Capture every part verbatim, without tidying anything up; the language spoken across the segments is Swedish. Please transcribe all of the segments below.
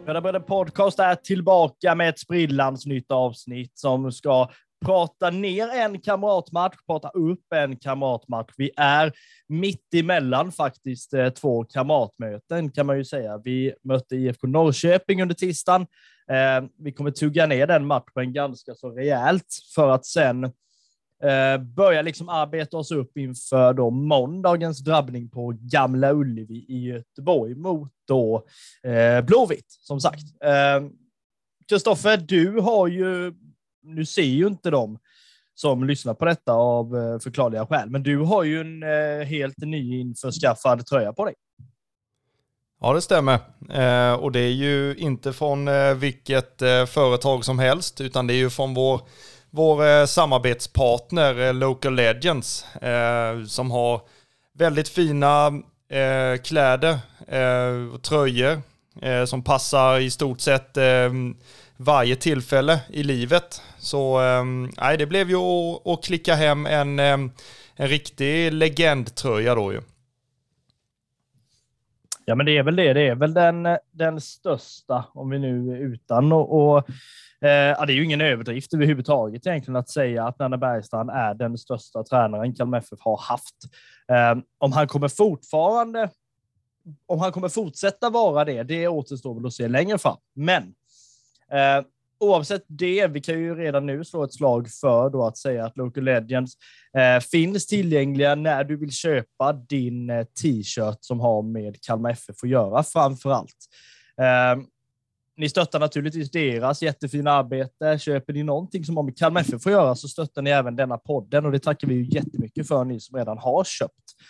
Bröderbröder Podcast är tillbaka med ett sprillans nytt avsnitt som ska prata ner en kamratmatch, prata upp en kamratmatch. Vi är mitt emellan faktiskt två kamratmöten kan man ju säga. Vi mötte I F K Norrköping under tisdagen. Eh, vi kommer tugga ner den matchen ganska så rejält för att sen eh, börja liksom arbeta oss upp inför då måndagens drabbning på Gamla Ullevi i Göteborg mot då eh, Blåvitt, som sagt. Kristoffer, eh, du har ju, nu ser ju inte de som lyssnar på detta av eh, förklarliga skäl, men du har ju en eh, helt ny införskaffad tröja på dig. Ja, det stämmer. Eh, och det är ju inte från eh, vilket eh, företag som helst, utan det är ju från vår, vår eh, samarbetspartner eh, Local Legends eh, som har väldigt fina eh, kläder eh, och tröjor eh, som passar i stort sett eh, varje tillfälle i livet. Så eh, nej, det blev ju att, att klicka hem en, eh, en riktig legendtröja då ju. Ja, men det är väl det. Det är väl den, den största, om vi nu är utan och, och eh, ja, det är ju ingen överdrift överhuvudtaget egentligen att säga att Nanne Bergstrand är den största tränaren Kalmar F F har haft. Eh, om han kommer fortfarande, om han kommer fortsätta vara det, det återstår väl att se längre fram. Men eh, oavsett det, vi kan ju redan nu slå ett slag för då att säga att Local Legends eh, finns tillgängliga när du vill köpa din eh, t-shirt som har med Kalmar F F att göra framför allt. Eh, ni stöttar naturligtvis deras jättefina arbete. Köper ni någonting som har med Kalmar F F att göra så stöttar ni även denna podden och det tackar vi ju jättemycket för ni som redan har köpt.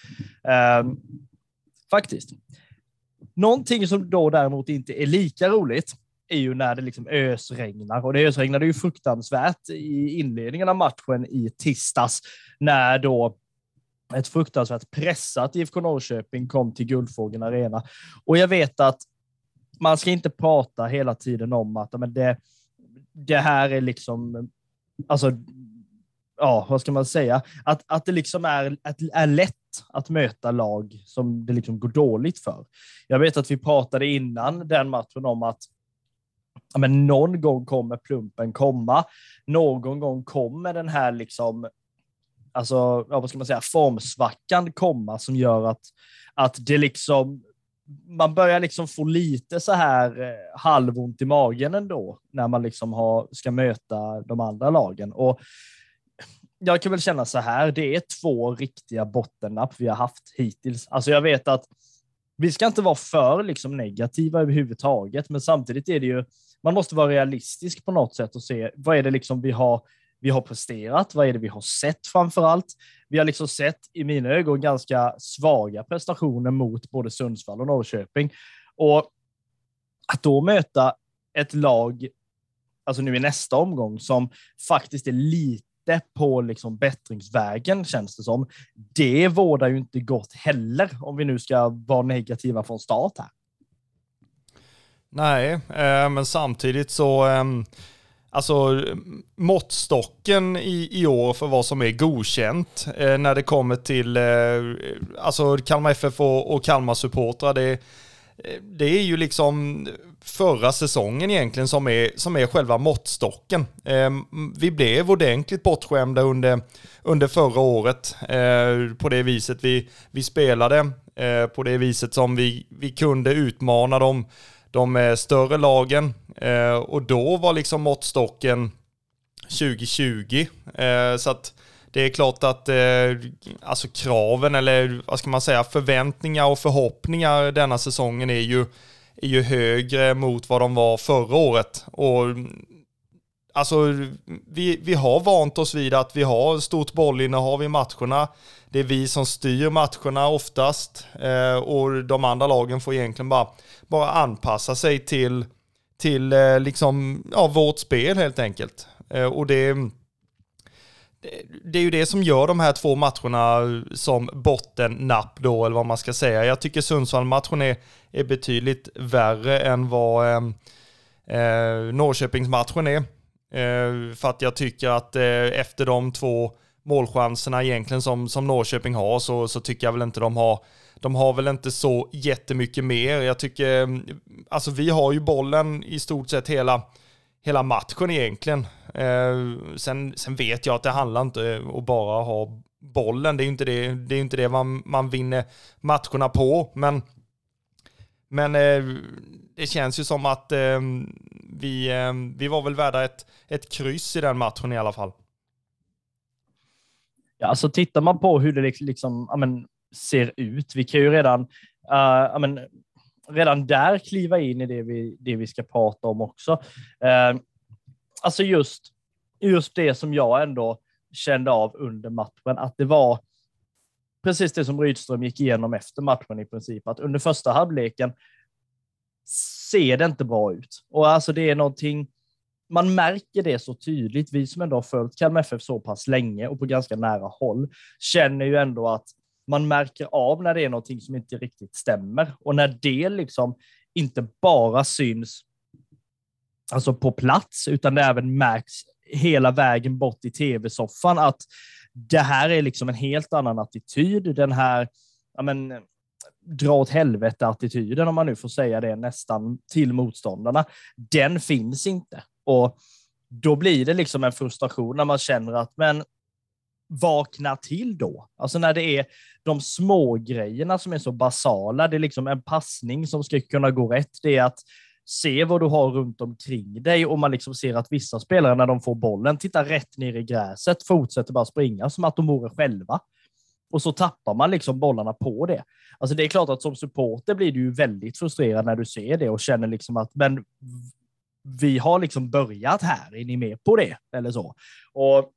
Eh, faktiskt. Någonting som då däremot inte är lika roligt är ju när det liksom ösregnar. Och det ösregnade ju fruktansvärt i inledningen av matchen i tisdags när då ett fruktansvärt pressat I F K Norrköping kom till Guldfågeln Arena. Och jag vet att man ska inte prata hela tiden om att men det, det här är liksom, alltså, ja, vad ska man säga? Att, att det liksom är, att, är lätt att möta lag som det liksom går dåligt för. Jag vet att vi pratade innan den matchen om att men någon gång kommer plumpen komma. Någon gång kommer den här liksom, alltså, ja, vad ska man säga, formsvackan komma som gör att, att det liksom, man börjar liksom få lite så här eh, halvont i magen ändå när man liksom har, ska möta de andra lagen. Och jag kan väl känna så här, det är två riktiga bottennapp vi har haft hittills. Alltså jag vet att vi ska inte vara för liksom negativa överhuvudtaget, men samtidigt är det ju, man måste vara realistisk på något sätt och se vad är det liksom vi har, vi har presterat, vad är det vi har sett framför allt. Vi har liksom sett i mina ögon ganska svaga prestationer mot både Sundsvall och Norrköping. Och att då möta ett lag, alltså nu i nästa omgång, som faktiskt är lite på liksom bättringsvägen känns det som. Det vårdar ju inte gott heller om vi nu ska vara negativa från start här. Nej, eh, men samtidigt så eh, alltså måttstocken i, i år för vad som är godkänt eh, när det kommer till eh, alltså Kalmar F F och, och Kalmar supportrar, det, det är ju liksom förra säsongen egentligen som är, som är själva måttstocken. Eh, vi blev ordentligt bortskämda under, under förra året eh, på det viset vi, vi spelade, eh, på det viset som vi, vi kunde utmana dem de större lagen eh, och då var liksom måttstocken tjugo tjugo eh, så att det är klart att eh, alltså kraven eller vad ska man säga, förväntningar och förhoppningar denna säsongen är ju, är ju högre mot vad de var förra året. Och alltså vi, vi har vant oss vid att vi har stort bollinnehav i matcherna. Det är vi som styr matcherna oftast eh, och de andra lagen får egentligen bara, bara anpassa sig till, till eh, liksom, ja, vårt spel helt enkelt. Eh, och det, det, det är ju det som gör de här två matcherna som bottennapp då, eller vad man ska säga. Jag tycker Sundsvall-matchen är, är betydligt värre än vad eh, eh, Norrköpingsmatchen är. Eh, för att jag tycker att eh, efter de två målchanserna egentligen som, som Norrköping har så, så tycker jag väl inte de har de har väl inte så jättemycket mer. Jag tycker alltså vi har ju bollen i stort sett hela, hela matchen egentligen. Eh, sen, sen vet jag att det handlar inte om att bara ha bollen. Det är ju inte det, det, är inte det man, man vinner matcherna på. Men, men eh, det känns ju som att eh, vi, eh, vi var väl värda ett, ett kryss i den matchen i alla fall. Ja, alltså tittar man på hur det liksom, ja, men, ser ut, vi kan ju redan, uh, ja, men, redan där kliva in i det vi, det vi ska prata om också. Uh, alltså just, just det som jag ändå kände av under matchen, att det var precis det som Rydström gick igenom efter matchen i princip, att under första halvleken ser det inte bra ut. Och alltså det är någonting, man märker det så tydligt, vi som ändå har följt Kalmar F F så pass länge och på ganska nära håll, känner ju ändå att man märker av när det är någonting som inte riktigt stämmer. Och när det liksom inte bara syns alltså på plats, utan det även märks hela vägen bort i tv-soffan, att det här är liksom en helt annan attityd. Den här, ja men, dra åt helvete-attityden, om man nu får säga det, nästan till motståndarna, den finns inte. Och då blir det liksom en frustration när man känner att, men vakna till då. Alltså när det är de små grejerna som är så basala, det är liksom en passning som ska kunna gå rätt, det är att se vad du har runt omkring dig, och man liksom ser att vissa spelare när de får bollen tittar rätt ner i gräset, fortsätter bara springa som att de vore själva. Och så tappar man liksom bollarna på det. Alltså det är klart att som supporter blir du ju väldigt frustrerad när du ser det och känner liksom att, men vi har liksom börjat här, är ni med på det? Eller så. Och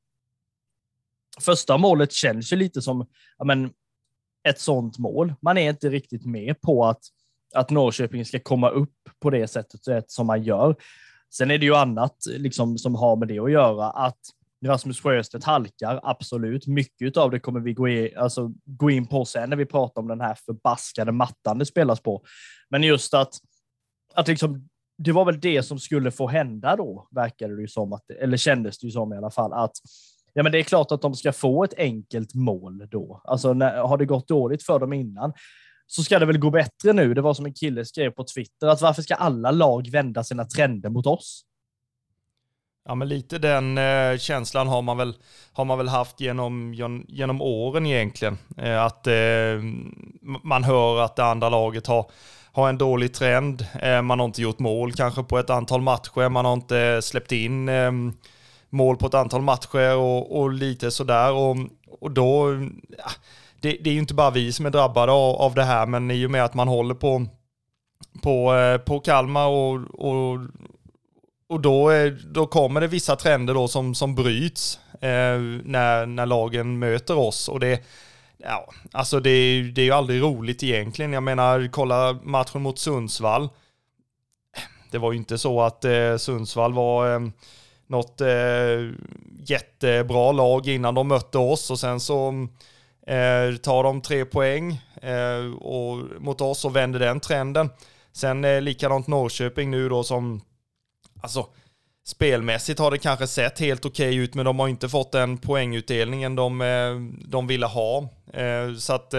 första målet känns ju lite som, ja men, ett sånt mål. Man är inte riktigt med på att, att Norrköping ska komma upp på det sättet som man gör. Sen är det ju annat liksom som har med det att göra, att Rasmus Sjöstedt halkar, absolut. Mycket av det kommer vi gå in, alltså, gå in på sen när vi pratar om den här förbaskade mattan det spelas på. Men just att, att liksom, det var väl det som skulle få hända då, verkade det ju som, att, eller kändes det ju som i alla fall, att ja, men det är klart att de ska få ett enkelt mål då. Alltså när, har det gått dåligt för dem innan, så ska det väl gå bättre nu. Det var som en kille skrev på Twitter, att varför ska alla lag vända sina trender mot oss? Ja, men lite den eh, känslan har man väl har man väl haft genom genom åren egentligen, eh, att eh, man hör att det andra laget har har en dålig trend. Eh, man har inte gjort mål kanske på ett antal matcher, man har inte släppt in eh, mål på ett antal matcher och, och lite sådär, och och då ja, det, det är ju inte bara vi som är drabbade av, av det här, men i och med att man håller på på eh, på Kalmar och och Och då, då kommer det vissa trender då som, som bryts eh, när, när lagen möter oss. Och det, ja, alltså det, är, det är ju aldrig roligt egentligen. Jag menar, kolla matchen mot Sundsvall. Det var ju inte så att eh, Sundsvall var eh, något eh, jättebra lag innan de mötte oss. Och sen så eh, tar de tre poäng eh, och, mot oss och vänder den trenden. Sen eh, likadant Norrköping nu då som... Alltså, spelmässigt har det kanske sett helt okej ut, men de har inte fått den poängutdelningen de, de ville ha. Så att,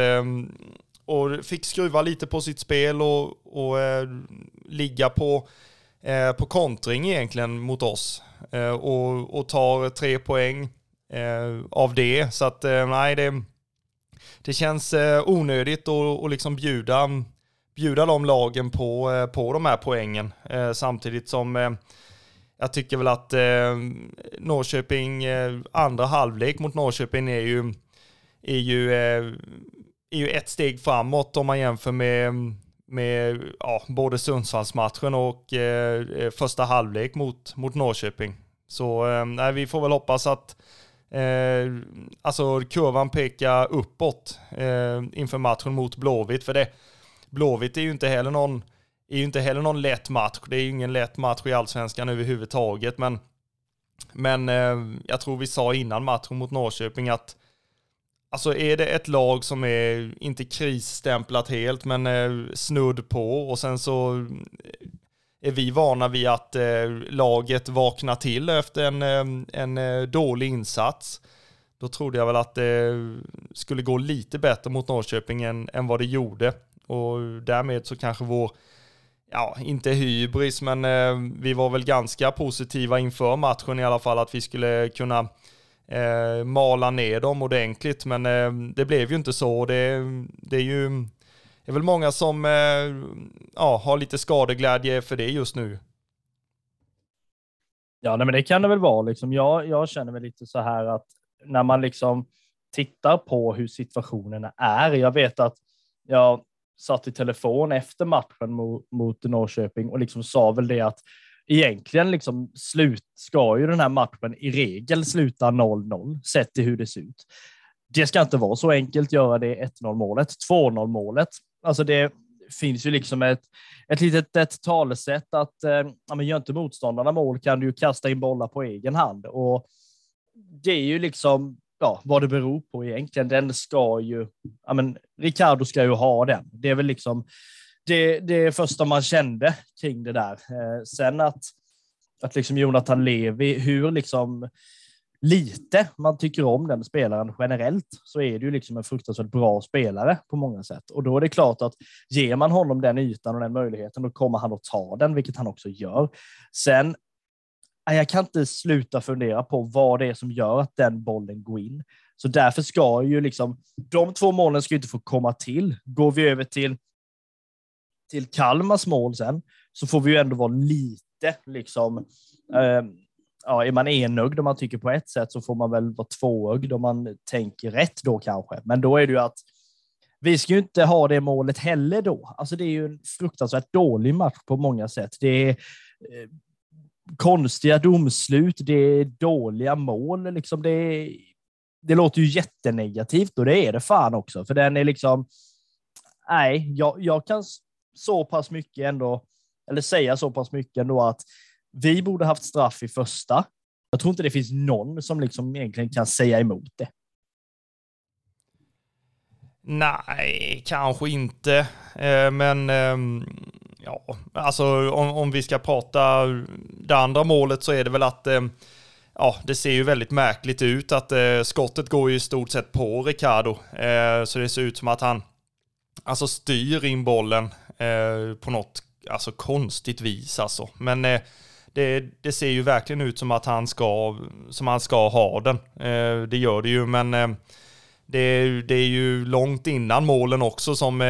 och fick skruva lite på sitt spel och, och ligga på, på kontring egentligen mot oss. Och, och tar tre poäng av det. Så att, nej, det, det känns onödigt att, att liksom bjuda... bjuda de lagen på, på de här poängen. Eh, samtidigt som eh, jag tycker väl att eh, Norrköping, eh, andra halvlek mot Norrköping är ju, är, ju, eh, är ju ett steg framåt om man jämför med, med ja, både Sundsvallsmatchen och eh, första halvlek mot, mot Norrköping. Så eh, nej, vi får väl hoppas att eh, alltså kurvan pekar uppåt eh, inför matchen mot Blåvitt, för det Blåvitt är ju inte heller någon är ju inte heller någon lätt match. Det är ju ingen lätt match i Allsvenskan överhuvudtaget, men men eh, jag tror vi sa innan matchen mot Norrköping att alltså är det ett lag som är inte krisstämplat helt, men eh, snudd på, och sen så är vi vana vid att eh, laget vaknar till efter en en, en dålig insats. Då trodde jag väl att det skulle gå lite bättre mot Norrköping än, än vad det gjorde. Och därmed så kanske vår ja, inte hybris, men eh, vi var väl ganska positiva inför matchen i alla fall, att vi skulle kunna eh, mala ner dem ordentligt, men eh, det blev ju inte så. Det, det är ju det är väl många som eh, ja, har lite skadeglädje för det just nu. Ja, nej, men det kan det väl vara. Liksom. Jag, jag känner väl lite så här att när man liksom tittar på hur situationerna är. Jag vet att jag satt i telefon efter matchen mot, mot Norrköping och liksom sa väl det att egentligen liksom slut ska ju den här matchen i regel sluta noll noll sett till hur det ser ut. Det ska inte vara så enkelt göra det ett noll målet, två noll målet. Alltså det finns ju liksom ett, ett litet ett talesätt att eh, ja, men gör inte motståndarna mål kan du ju kasta in bollar på egen hand. Och det är ju liksom ja, vad det beror på egentligen. Den ska ju, ja men Ricardo ska ju ha den. Det är väl liksom det, det första man kände kring det där. Eh, sen att, att liksom Jonathan Levi, hur liksom lite man tycker om den spelaren generellt, så är det ju liksom en fruktansvärt bra spelare på många sätt. Och då är det klart att ger man honom den ytan och den möjligheten, då kommer han att ta den, vilket han också gör. Sen, jag kan inte sluta fundera på vad det är som gör att den bollen går in. Så därför ska ju liksom, de två målen ska ju inte få komma till. Går vi över till, till Kalmars mål sen, så får vi ju ändå vara lite liksom, eh, ja, är man enögd om man tycker på ett sätt, så får man väl vara tvåögd om man tänker rätt då kanske. Men då är det ju att vi ska ju inte ha det målet heller då. Alltså det är ju en fruktansvärt dålig match på många sätt. Det är eh, konstiga domslut, det är dåliga mål. Liksom det, är, det låter ju jättenegativt och det är det fan också. För den är liksom, nej, jag, jag kan så pass mycket ändå, eller säga så pass mycket ändå att vi borde haft straff i första. Jag tror inte det finns någon som liksom egentligen kan säga emot det. Nej, kanske inte. Men ja, alltså om, om vi ska prata det andra målet, så är det väl att ja, det ser ju väldigt märkligt ut att skottet går ju i stort sett på Ricardo. Så det ser ut som att han alltså styr in bollen på något alltså konstigt vis alltså. Men det, det ser ju verkligen ut som att han ska som han ska ha den. Det gör det ju, men Det, det är ju långt innan målen också som,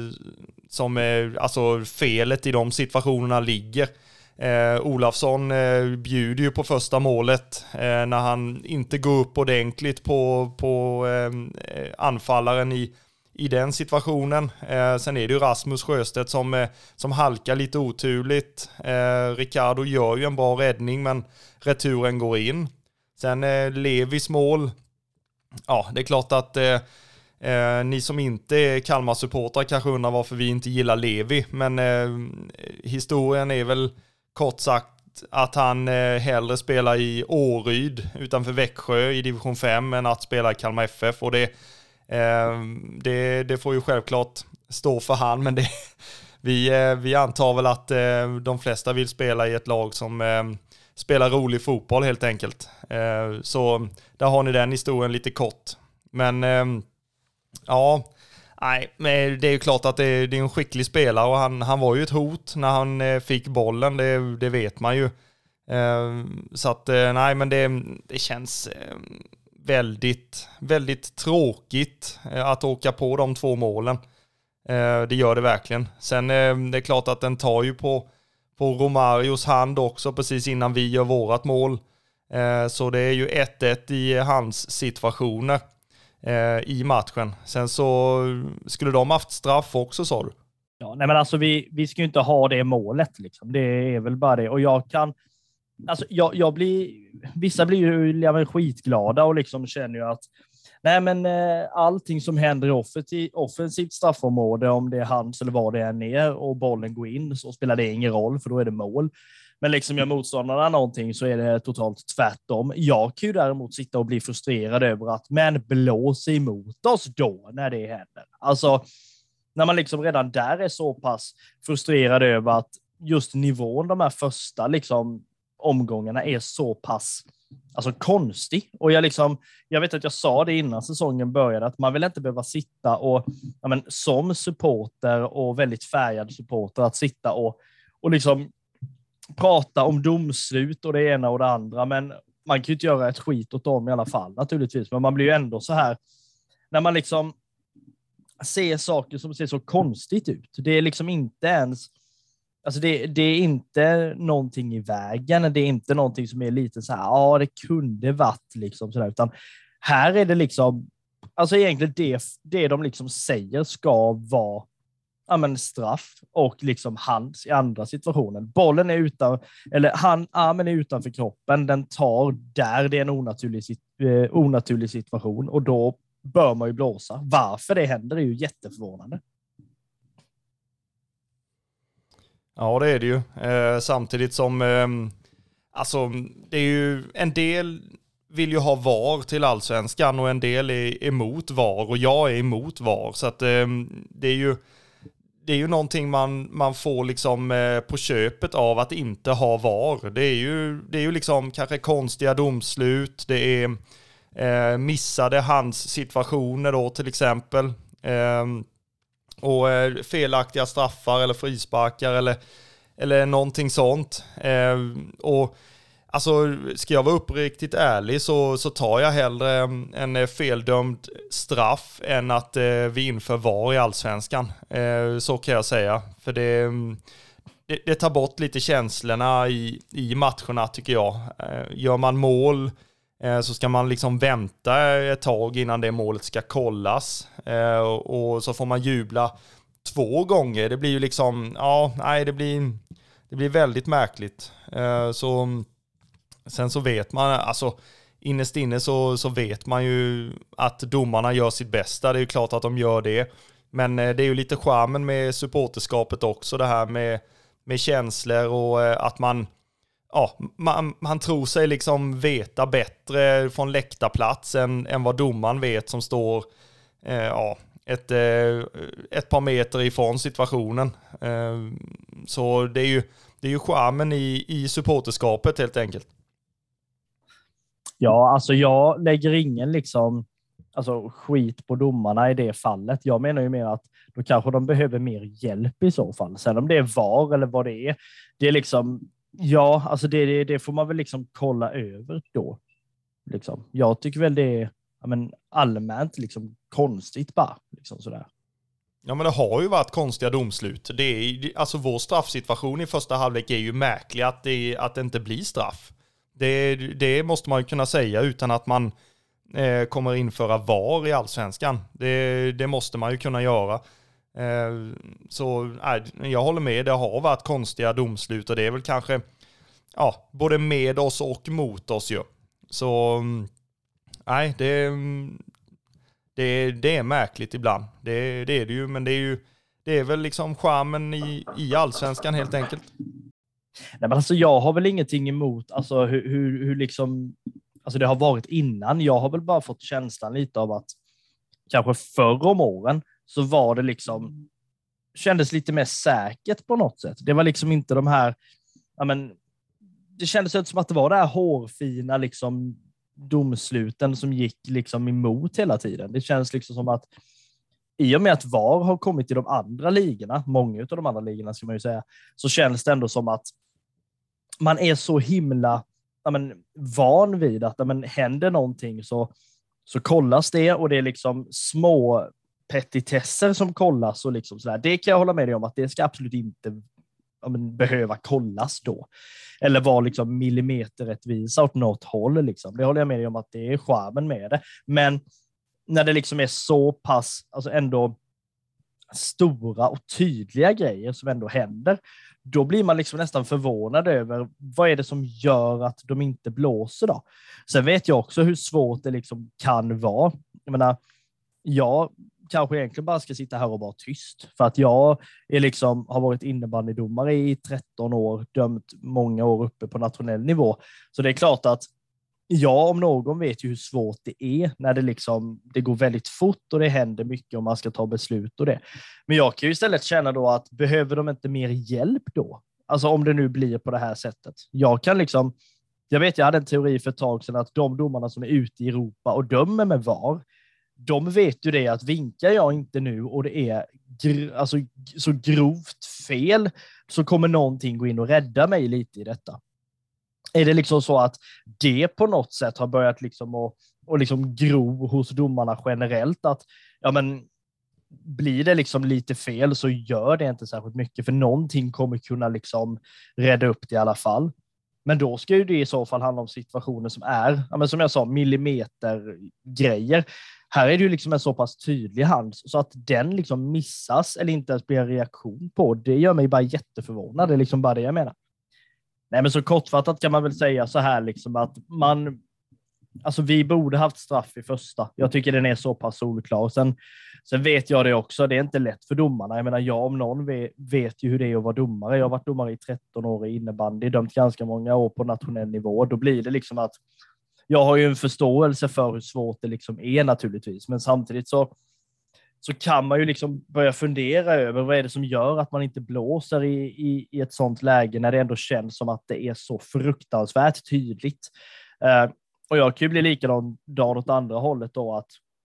som alltså felet i de situationerna ligger. Eh, Olafsson eh, bjuder ju på första målet eh, när han inte går upp ordentligt på, på eh, anfallaren i, i den situationen. Eh, sen är det ju Rasmus Sjöstedt som, eh, som halkar lite oturligt. Eh, Ricardo gör ju en bra räddning, men returen går in. Sen eh, Levis mål. Ja, det är klart att eh, eh, ni som inte är Kalmar-supportrar kanske undrar varför vi inte gillar Levi. Men eh, historien är väl kort sagt att han eh, hellre spelar i Åryd utanför Växjö i division fem än att spela i Kalmar F F. Och det, eh, det, det får ju självklart stå för han, men det, vi, eh, vi antar väl att eh, de flesta vill spela i ett lag som eh, spelar rolig fotboll helt enkelt. Eh, så där har ni den historien lite kort. Men eh, ja, nej, men det är ju klart att det är, det är en skicklig spelare och han, han var ju ett hot när han eh, fick bollen, det, det vet man ju. Eh, så att eh, nej, men det, det känns eh, väldigt, väldigt tråkigt eh, att åka på de två målen. Eh, det gör det verkligen. Sen eh, det är klart att den tar ju på på Romarios hand också precis innan vi gör vårat mål. Eh, så det är ju ett ett i hans situationer eh, i matchen. Sen så skulle de haft straff också, sa du? Ja, nej men alltså vi, vi ska ju inte ha det målet liksom. Det är väl bara det. Och jag kan, alltså jag, jag blir, vissa blir ju ja, skitglada och liksom känner ju att nej men eh, allting som händer i offensivt, offensivt straffområde, om det är hans eller vad det är ner och bollen går in, så spelar det ingen roll för då är det mål. Men liksom gör motståndarna någonting så är det totalt tvärtom. Jag kan ju däremot sitta och bli frustrerad över att men blås emot oss då när det händer. Alltså när man liksom redan där är så pass frustrerad över att just nivån de här första liksom omgångarna är så pass alltså konstig. Och jag liksom, jag vet att jag sa det innan säsongen började att man vill inte behöva sitta och ja men, som supporter och väldigt färgad supporter att sitta och och liksom prata om domslut och det ena och det andra, men man kan ju inte göra ett skit åt dem i alla fall naturligtvis, men man blir ju ändå så här när man liksom ser saker som ser så konstigt ut. Det är liksom inte ens, alltså det, det är inte någonting i vägen, det är inte någonting som är lite så här, ja det kunde varit liksom sådär, utan här är det liksom, alltså egentligen det, det de liksom säger ska vara ja, men straff och liksom hands i andra situationer. Bollen är utan, eller han, armen är utanför kroppen, den tar där det är en onaturlig, eh, onaturlig situation och då bör man ju blåsa. Varför det händer är ju jätteförvånande. Ja, det är det ju. Eh, samtidigt som eh, alltså det är ju en del vill ju ha V A R till allsvenskan och en del är emot V A R och jag är emot V A R, så att eh, det är ju det är ju någonting man, man får liksom eh, på köpet av att inte ha V A R. Det är ju, det är ju liksom kanske konstiga domslut, det är eh, missade handssituationer då till exempel. Eh, och eh, felaktiga straffar eller frisparkar eller, eller någonting sånt. Eh, och alltså, ska jag vara uppriktigt ärlig så, så tar jag hellre en feldömd straff än att eh, vi inför V A R i allsvenskan. Eh, så kan jag säga. För det, det, det tar bort lite känslorna i, i matcherna tycker jag. Eh, gör man mål eh, så ska man liksom vänta ett tag innan det målet ska kollas. Eh, och, och så får man jubla två gånger. Det blir ju liksom, ja, nej, det blir, det blir väldigt märkligt. Eh, så... Sen så vet man, alltså innerst inne så, så vet man ju att domarna gör sitt bästa. Det är ju klart att de gör det. Men det är ju lite charmen med supporterskapet också. Det här med, med känslor och att man, ja, man, man tror sig liksom veta bättre från läktarplats än, än vad domaren vet som står eh, ja, ett, ett par meter ifrån situationen. Eh, så det är ju, det är ju charmen i, i supporterskapet helt enkelt. Ja, alltså jag lägger ingen liksom, alltså skit på domarna i det fallet. Jag menar ju mer att då kanske de behöver mer hjälp i så fall. Sen om det är V A R eller vad det är, det är liksom, ja, alltså det, det, det får man väl liksom kolla över då. Liksom. Jag tycker väl det är ja, men allmänt liksom konstigt bara. Liksom sådär. Ja, men det har ju varit konstiga domslut. Det är, alltså vår straffsituation i första halvlek är ju märklig att det, att det inte blir straff. Det, det måste man ju kunna säga utan att man eh, kommer införa V A R i allsvenskan. Det, det måste man ju kunna göra. Eh, så äh, jag håller med, det har varit konstiga domslut och det är väl kanske ja, både med oss och mot oss ju. Så nej, det, det, det är märkligt ibland. Det, det är det ju, men det är ju det är väl liksom charmen i, i allsvenskan helt enkelt. Nej, men alltså jag har väl ingenting emot alltså hur, hur, hur liksom, alltså det har varit innan. Jag har väl bara fått känslan lite av att kanske förr om åren så var det liksom, kändes lite mer säkert på något sätt. Det var liksom inte de här, ja men, det kändes inte som att det var det här hårfina liksom domsluten som gick liksom emot hela tiden. Det känns liksom som att i och med att V A R har kommit till de andra ligorna, många av de andra ligorna ska man ju säga, så känns det ändå som att man är så himla ja, men, van vid att ja, men, händer någonting så, så kollas det och det är liksom små petitesser som kollas och liksom sådär. Det kan jag hålla med dig om att det ska absolut inte ja, men, behöva kollas då. Eller vara liksom millimeterrättvisa åt något håll. Liksom. Det håller jag med dig om att det är charmen med det. Men när det liksom är så pass alltså ändå stora och tydliga grejer som ändå händer, då blir man liksom nästan förvånad över vad är det som gör att de inte blåser då. Sen vet jag också hur svårt det liksom kan vara. Jag menar, jag kanske egentligen bara ska sitta här och vara tyst för att jag är liksom, har varit innebandydomare i tretton år, dömt många år uppe på nationell nivå. Så det är klart att jag om någon vet ju hur svårt det är när det liksom det går väldigt fort och det händer mycket om man ska ta beslut och det. Men jag kan ju istället känna då att behöver de inte mer hjälp då? Alltså om det nu blir på det här sättet. Jag kan liksom, jag vet jag hade en teori för ett tag sedan att de domarna som är ute i Europa och dömer med V A R, de vet ju det att vinkar jag inte nu och det är gr- alltså, så grovt fel så kommer någonting gå in och rädda mig lite i detta. Är det liksom så att det på något sätt har börjat liksom att och liksom gro hos domarna generellt, att ja men blir det liksom lite fel så gör det inte särskilt mycket, för någonting kommer kunna liksom rädda upp det i alla fall. Men då ska ju det i så fall handla om situationer som är, ja men som jag sa, millimeter grejer. Här är det ju liksom en så pass tydlig hand så att den liksom missas eller inte ens blir en reaktion på. Det gör mig bara jätteförvånad. Det är liksom bara det jag menar. Nej, men så kortfattat kan man väl säga så här liksom att man, alltså vi borde haft straff i första. Jag tycker den är så pass solklar. Sen, sen vet jag det också, det är inte lätt för domarna. Jag menar, jag om någon vet, vet ju hur det är att vara domare. Jag har varit domare i tretton år i innebandy, dömt ganska många år på nationell nivå. Då blir det liksom att jag har ju en förståelse för hur svårt det liksom är naturligtvis. Men samtidigt så, så kan man ju liksom börja fundera över vad är det som gör att man inte blåser i, i, i ett sånt läge när det ändå känns som att det är så fruktansvärt tydligt. Uh, och jag kan ju bli likadan åt andra hållet då, att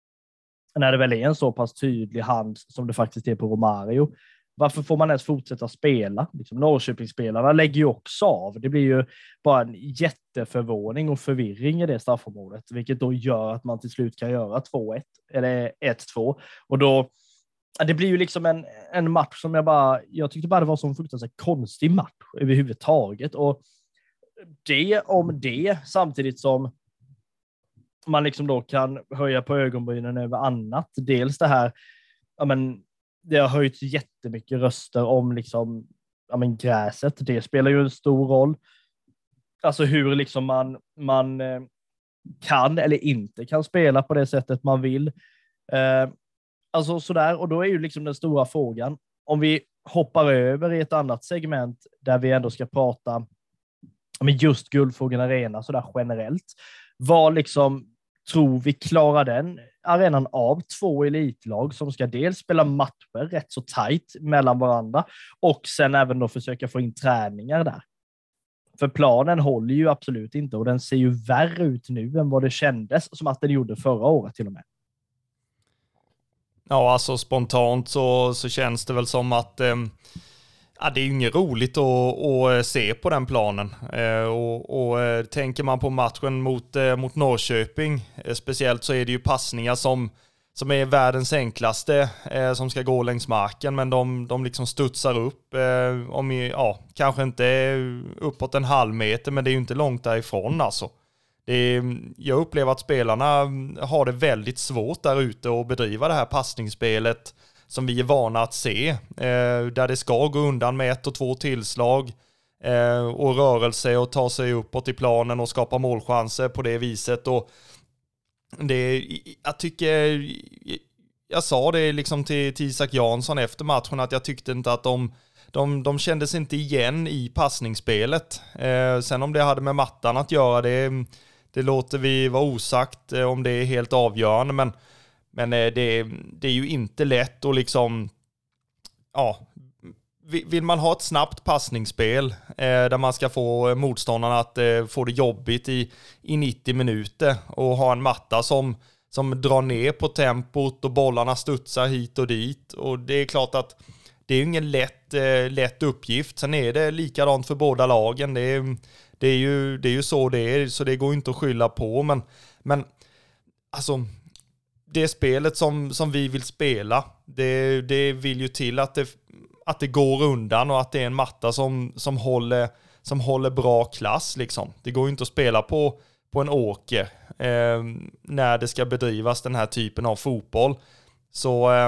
när det väl är en så pass tydlig hand som det faktiskt är på Romario, varför får man ens fortsätta spela? Liksom Norrköpingsspelarna lägger ju också av. Det blir ju bara en jätteförvåning och förvirring i det straffområdet, vilket då gör att man till slut kan göra två ett eller ett två. Och då, det blir ju liksom en, en match som jag bara, jag tyckte bara det var så en fruktansvärt konstig match överhuvudtaget. Och det om det, samtidigt som man liksom då kan höja på ögonbrynen över annat. Dels det här, ja men det har höjts jättemycket röster om liksom, ja men gräset. Det spelar ju en stor roll. Alltså hur liksom man, man kan eller inte kan spela på det sättet man vill. Eh, alltså sådär. Och då är ju liksom den stora frågan, om vi hoppar över i ett annat segment där vi ändå ska prata om just Guldfågeln Arena sådär generellt. Vad liksom tror vi klarar den arenan av två elitlag som ska dels spela matcher rätt så tajt mellan varandra och sen även då försöka få in träningar där. För planen håller ju absolut inte och den ser ju värre ut nu än vad det kändes som att den gjorde förra året till och med. Ja, alltså spontant så, så känns det väl som att eh, ja, det är ju inget roligt att, att se på den planen. Eh, och, och eh, tänker man på matchen mot, eh, mot Norrköping, eh, speciellt så är det ju passningar som, som är världens enklaste eh, som ska gå längs marken, men de, de liksom studsar upp eh, om i, ja, kanske inte uppåt en halv meter, men det är ju inte långt därifrån alltså. Det är, jag upplever att spelarna har det väldigt svårt där ute att bedriva det här passningsspelet som vi är vana att se, eh, där det ska gå undan med ett och två tillslag eh, och rörelse och ta sig uppåt i planen och skapa målchanser på det viset. Och det, jag tycker, jag sa det liksom till, till Isak Jansson efter matchen att jag tyckte inte att de De, de kändes inte igen i passningsspelet. Eh, sen om det hade med mattan att göra, det, det låter vi vara osagt eh, om det är helt avgörande. Men, men eh, det, det är ju inte lätt att liksom, ja, vill man ha ett snabbt passningsspel eh, där man ska få motståndarna att eh, få det jobbigt i, i nittio minuter och ha en matta som, som drar ner på tempot och bollarna studsar hit och dit. Och det är klart att det är ju ingen lätt, eh, lätt uppgift. Sen är det likadant för båda lagen. Det är, det är, ju, det är ju så det är, så det går inte att skylla på. Men, men alltså, det spelet som, som vi vill spela, det, det vill ju till att det, att det går undan och att det är en matta som, som, håller, som håller bra klass. Liksom. Det går ju inte att spela på, på en åker eh, när det ska bedrivas den här typen av fotboll. Så Eh,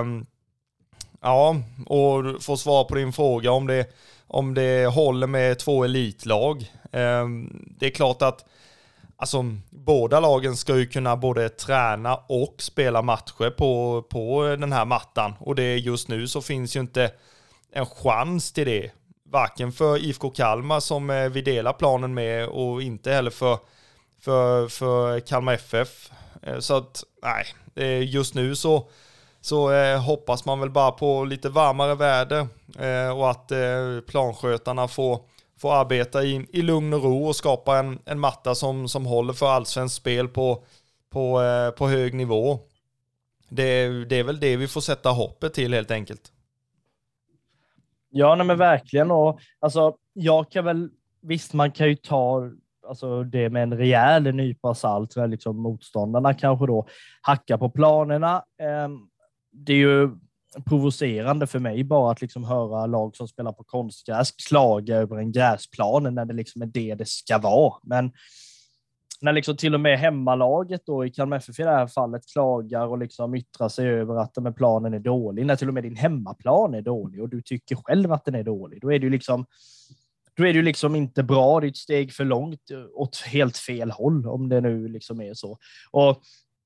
ja, och få svar på din fråga om det, om det håller med två elitlag. Eh, det är klart att alltså, båda lagen ska ju kunna både träna och spela matcher på, på den här mattan. Och det just nu så finns ju inte en chans till det. Varken för I F K Kalmar som eh, vi delar planen med och inte heller för, för, för Kalmar F F. Eh, så att nej, eh, just nu så Så eh, hoppas man väl bara på lite varmare väder eh, och att eh, planskötarna får, får arbeta i, i lugn och ro och skapa en, en matta som, som håller för allsvenskt spel på, på, eh, på hög nivå. Det, det är väl det vi får sätta hoppet till helt enkelt. Ja, nej, men verkligen. Och, alltså, jag kan väl, visst man kan ju ta alltså, det med en rejäl nypa salt när liksom motståndarna kanske då hackar på planerna. Eh, det är ju provocerande för mig bara att liksom höra lag som spelar på konstgräs klaga över en gräsplan när det liksom är det det ska vara. Men när liksom till och med hemmalaget då i Kalmar F F i det här fallet klagar och liksom yttrar sig över att den planen är dålig, när till och med din hemmaplan är dålig och du tycker själv att den är dålig, då är det ju liksom då är det ju liksom inte bra. Det är ett steg för långt åt helt fel håll, om det nu liksom är så. Och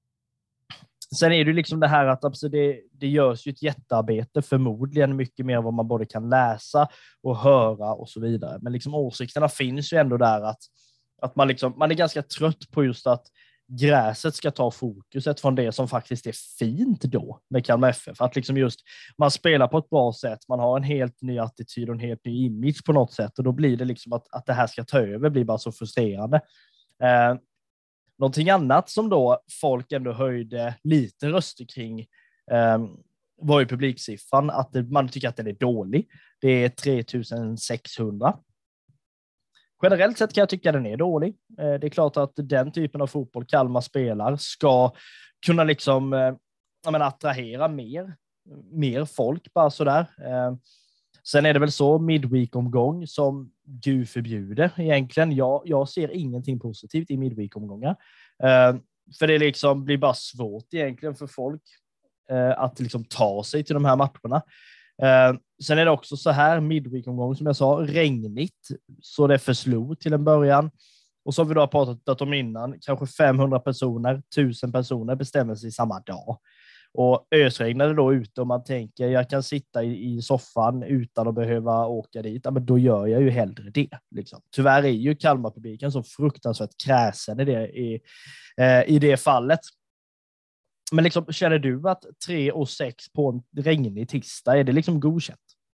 sen är det liksom det här att alltså det, det görs ju ett jättearbete, förmodligen mycket mer vad man både kan läsa och höra och så vidare. Men liksom åsikterna finns ju ändå där att, att man, liksom, man är ganska trött på just att gräset ska ta fokuset från det som faktiskt är fint då med Kalmar F F. Att liksom just man spelar på ett bra sätt, man har en helt ny attityd och en helt ny image på något sätt, och då blir det liksom att, att det här ska ta över blir bara så frustrerande. Eh, någonting annat som då folk ändå höjde lite röster kring eh, var ju publiksiffran, att det, man tycker att den är dålig. Det är tre tusen sexhundra. Generellt sett kan jag tycka att den är dålig. Det är klart att den typen av fotboll Kalmar spelar ska kunna liksom, jag menar, attrahera mer, mer folk bara sådär. Sen är det väl så midweek-omgång som du förbjuder egentligen. Jag, jag ser ingenting positivt i midweek-omgångar. För det liksom blir bara svårt egentligen för folk att liksom ta sig till de här matcherna. Uh, sen är det också så här, midweek-omgång som jag sa, regnigt, så det förslog till en början. Och så har vi då pratat om innan, kanske femhundra personer, tusen personer bestämmer sig samma dag. Och ösregnade då ute, och man tänker jag kan sitta i, i soffan utan att behöva åka dit, ja, men då gör jag ju hellre det. Liksom. Tyvärr är ju Kalmar-publiken så fruktansvärt kräsen i det, i, uh, i det fallet. Men liksom, känner du att tre och sex på en regnig tisdag, är det liksom godkänt?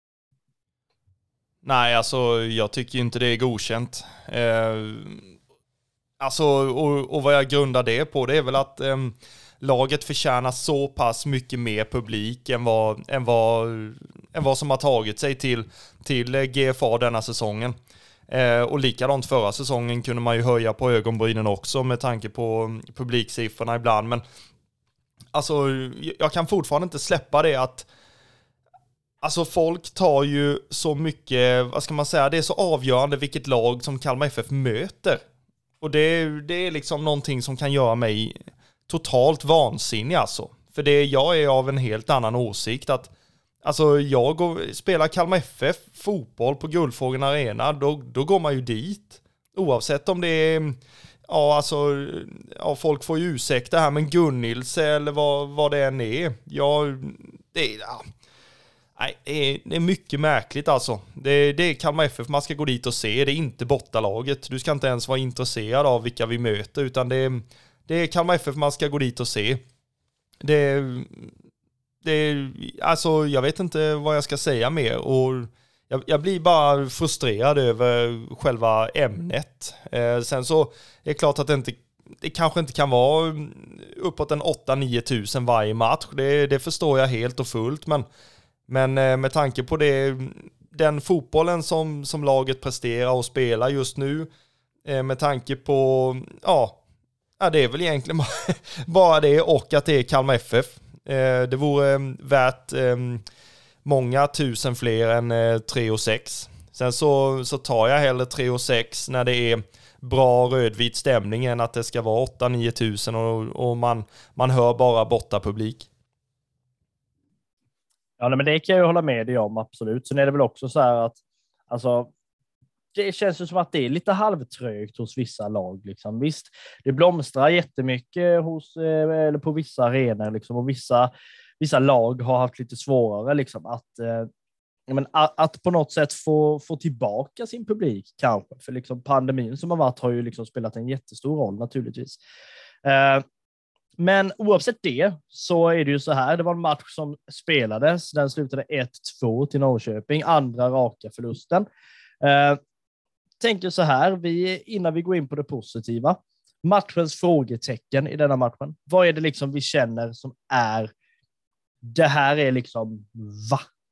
Nej, alltså jag tycker inte det är godkänt. Eh, alltså, och, och vad jag grundar det på, det är väl att eh, laget förtjänar så pass mycket mer publik än vad, än vad, än vad som har tagit sig till, till G F A denna säsongen. Eh, och likadant förra säsongen kunde man ju höja på ögonbrynen också med tanke på publiksiffrorna ibland, men alltså, jag kan fortfarande inte släppa det att alltså folk tar ju så mycket, vad ska man säga, det är så avgörande vilket lag som Kalmar F F möter. Och det, det är liksom någonting som kan göra mig totalt vansinnig alltså. För det, jag är av en helt annan åsikt att alltså jag går, spelar Kalmar F F fotboll på Guldfågeln Arena, då, då går man ju dit. Oavsett om det är ja, alltså, ja, folk får ju ursäkta här, men Gunnilse eller vad, vad det än är. Ja, det är, ja. Nej, det är, det är mycket märkligt alltså. Det, det är Kalmar F F man ska gå dit och se. Det är inte bortalaget. Du ska inte ens vara intresserad av vilka vi möter, utan det är, det är Kalmar F F man ska gå dit och se. Det, det, alltså, jag vet inte vad jag ska säga mer, och Jag, jag blir bara frustrerad över själva ämnet. Eh, sen så är det klart att det, inte, det kanske inte kan vara uppåt en åtta nio tusen varje match. Det, det förstår jag helt och fullt. Men, men eh, med tanke på det, den fotbollen som, som laget presterar och spelar just nu, eh, med tanke på, ja, ja, det är väl egentligen bara, bara det, och att det är Kalmar F F. Eh, det vore eh, värt Eh, många tusen fler än eh, tre och sex. Sen så, så tar jag hellre tre och sex när det är bra rödvit stämning än att det ska vara åtta nio tusen och, och man, man hör bara borta publik. Ja, men det kan jag ju hålla med dig om, absolut. Sen är det väl också så här att alltså, det känns ju som att det är lite halvtrögt hos vissa lag. Liksom. Visst, det blomstrar jättemycket hos, eller på vissa arenor liksom, och vissa Vissa lag har haft lite svårare liksom, att, eh, men, att, att på något sätt få, få tillbaka sin publik kanske. För liksom, pandemin som har varit har ju liksom spelat en jättestor roll naturligtvis. Eh, men oavsett det så är det ju så här. Det var en match som spelades. Den slutade ett två till Norrköping. Andra raka förlusten. Eh, tänker så här, vi, innan vi går in på det positiva. Matchens frågetecken i denna matchen. Vad är det liksom vi känner som är det här är liksom, va?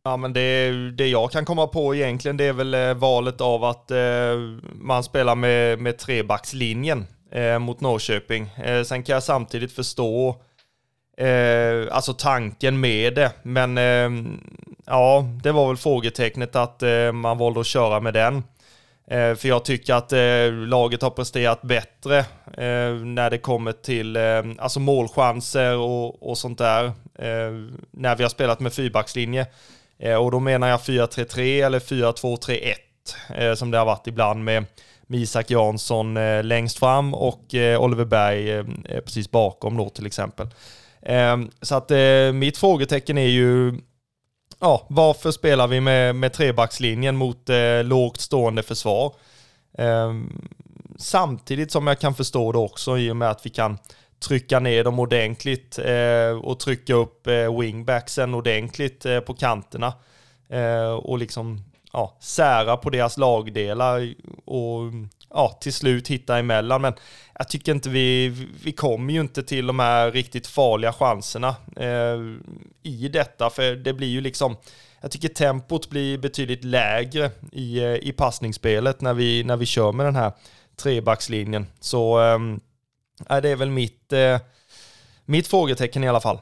Ja, men det, det jag kan komma på egentligen, det är väl eh, valet av att eh, man spelar med, med trebackslinjen eh, mot Norrköping. Eh, sen kan jag samtidigt förstå eh, alltså tanken med det. Men eh, ja, det var väl frågetecknet att eh, man valde att köra med den. Eh, för jag tycker att eh, laget har presterat bättre eh, när det kommer till eh, alltså målchanser och, och sånt där. Eh, när vi har spelat med fyrbackslinje. Eh, och då menar jag fyra tre tre eller fyra två tre ett eh, som det har varit ibland med, med Isak Jansson eh, längst fram och eh, Oliver Berg eh, precis bakom då till exempel. Eh, så att eh, mitt frågetecken är ju, ja, varför spelar vi med, med trebackslinjen mot eh, lågt stående försvar? Eh, samtidigt som jag kan förstå det också i och med att vi kan trycka ner dem ordentligt eh, och trycka upp eh, wingbacksen ordentligt eh, på kanterna eh, och liksom ja, sära på deras lagdelar och ja, till slut hitta emellan. Men jag tycker inte vi, vi kommer ju inte till de här riktigt farliga chanserna eh, i detta, för det blir ju liksom, jag tycker tempot blir betydligt lägre i, i passningsspelet när vi, när vi kör med den här trebackslinjen. Så eh, det är väl mitt, eh, mitt frågetecken i alla fall.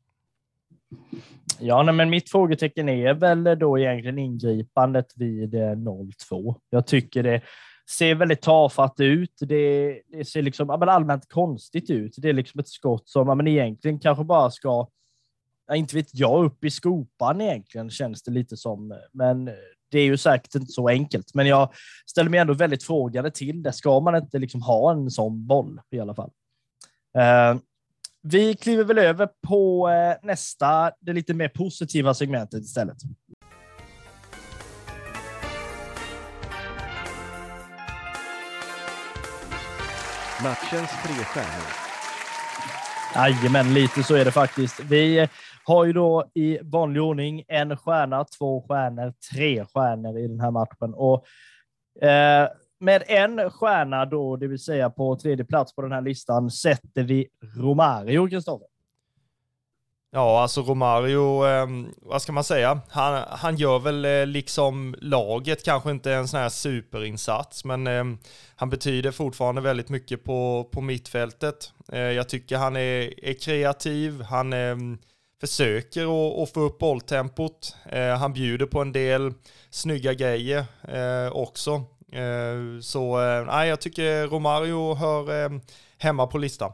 Ja, nej, men mitt frågetecken är väl då egentligen ingripandet vid noll två. Jag tycker det ser väldigt tafatt ut. Det, det ser liksom ja, men allmänt konstigt ut. Det är liksom ett skott som ja, men egentligen kanske bara ska, ja, inte vet jag, upp i skopan egentligen känns det lite som. Men det är ju säkert inte så enkelt. Men jag ställer mig ändå väldigt frågande till det. Ska man inte liksom ha en sån boll i alla fall? Uh, vi kliver väl över på uh, nästa, det lite mer positiva segmentet istället. Matchens tre stjärnor. Jajamän, lite så är det faktiskt. Vi har ju då i vanlig ordning en stjärna, två stjärnor, tre stjärnor i den här matchen. Och eh, med en stjärna då, det vill säga på tredje plats på den här listan, sätter vi Romario, Kristoffer. Ja, alltså Romario, eh, vad ska man säga? Han, han gör väl eh, liksom laget, kanske inte en sån här superinsats, men eh, han betyder fortfarande väldigt mycket på, på mittfältet. Eh, jag tycker han är, är kreativ, han eh, försöker att, att få upp bolltempot. Eh, han bjuder på en del snygga grejer eh, också. Eh, så eh, nej, jag tycker Romario hör eh, hemma på listan.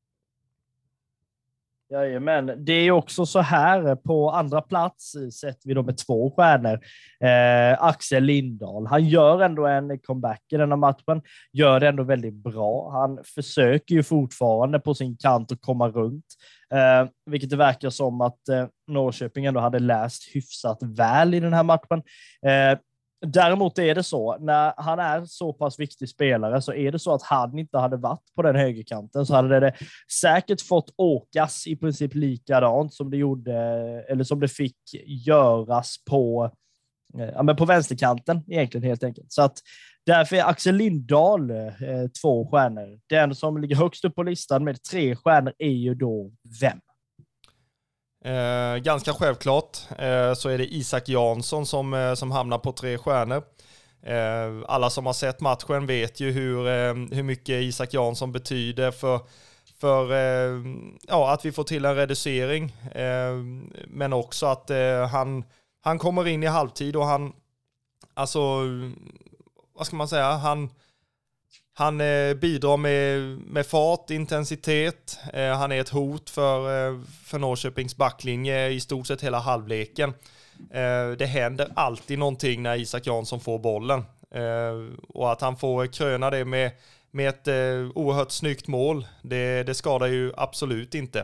Jajamän, det är också så här på andra plats sätter vi då med två stjärnor. Eh, Axel Lindahl, han gör ändå en comeback i den här matchen, gör det ändå väldigt bra. Han försöker ju fortfarande på sin kant att komma runt, eh, vilket det verkar som att eh, Norrköping ändå hade läst hyfsat väl i den här matchen. Eh, Däremot är det så, när han är så pass viktig spelare, så är det så att han inte hade varit på den högerkanten så hade det säkert fått åkas i princip likadant som det gjorde, eller som det fick göras på, ja, men på vänsterkanten egentligen helt enkelt. Så att därför är Axel Lindahl eh, två stjärnor. Den som ligger högst upp på listan med tre stjärnor är ju då vem? Eh, ganska självklart eh, så är det Isak Jansson som, eh, som hamnar på tre stjärnor. Eh, alla som har sett matchen vet ju hur, eh, hur mycket Isak Jansson betyder för, för eh, ja, att vi får till en reducering. Eh, men också att eh, han, han kommer in i halvtid och han, alltså, vad ska man säga, han Han eh, bidrar med, med fart, intensitet. Eh, han är ett hot för, eh, för Norrköpings backlinje i stort sett hela halvleken. Eh, det händer alltid någonting när Isak Jansson får bollen. Eh, och att han får kröna det med, med ett eh, oerhört snyggt mål, det, det skadar ju absolut inte.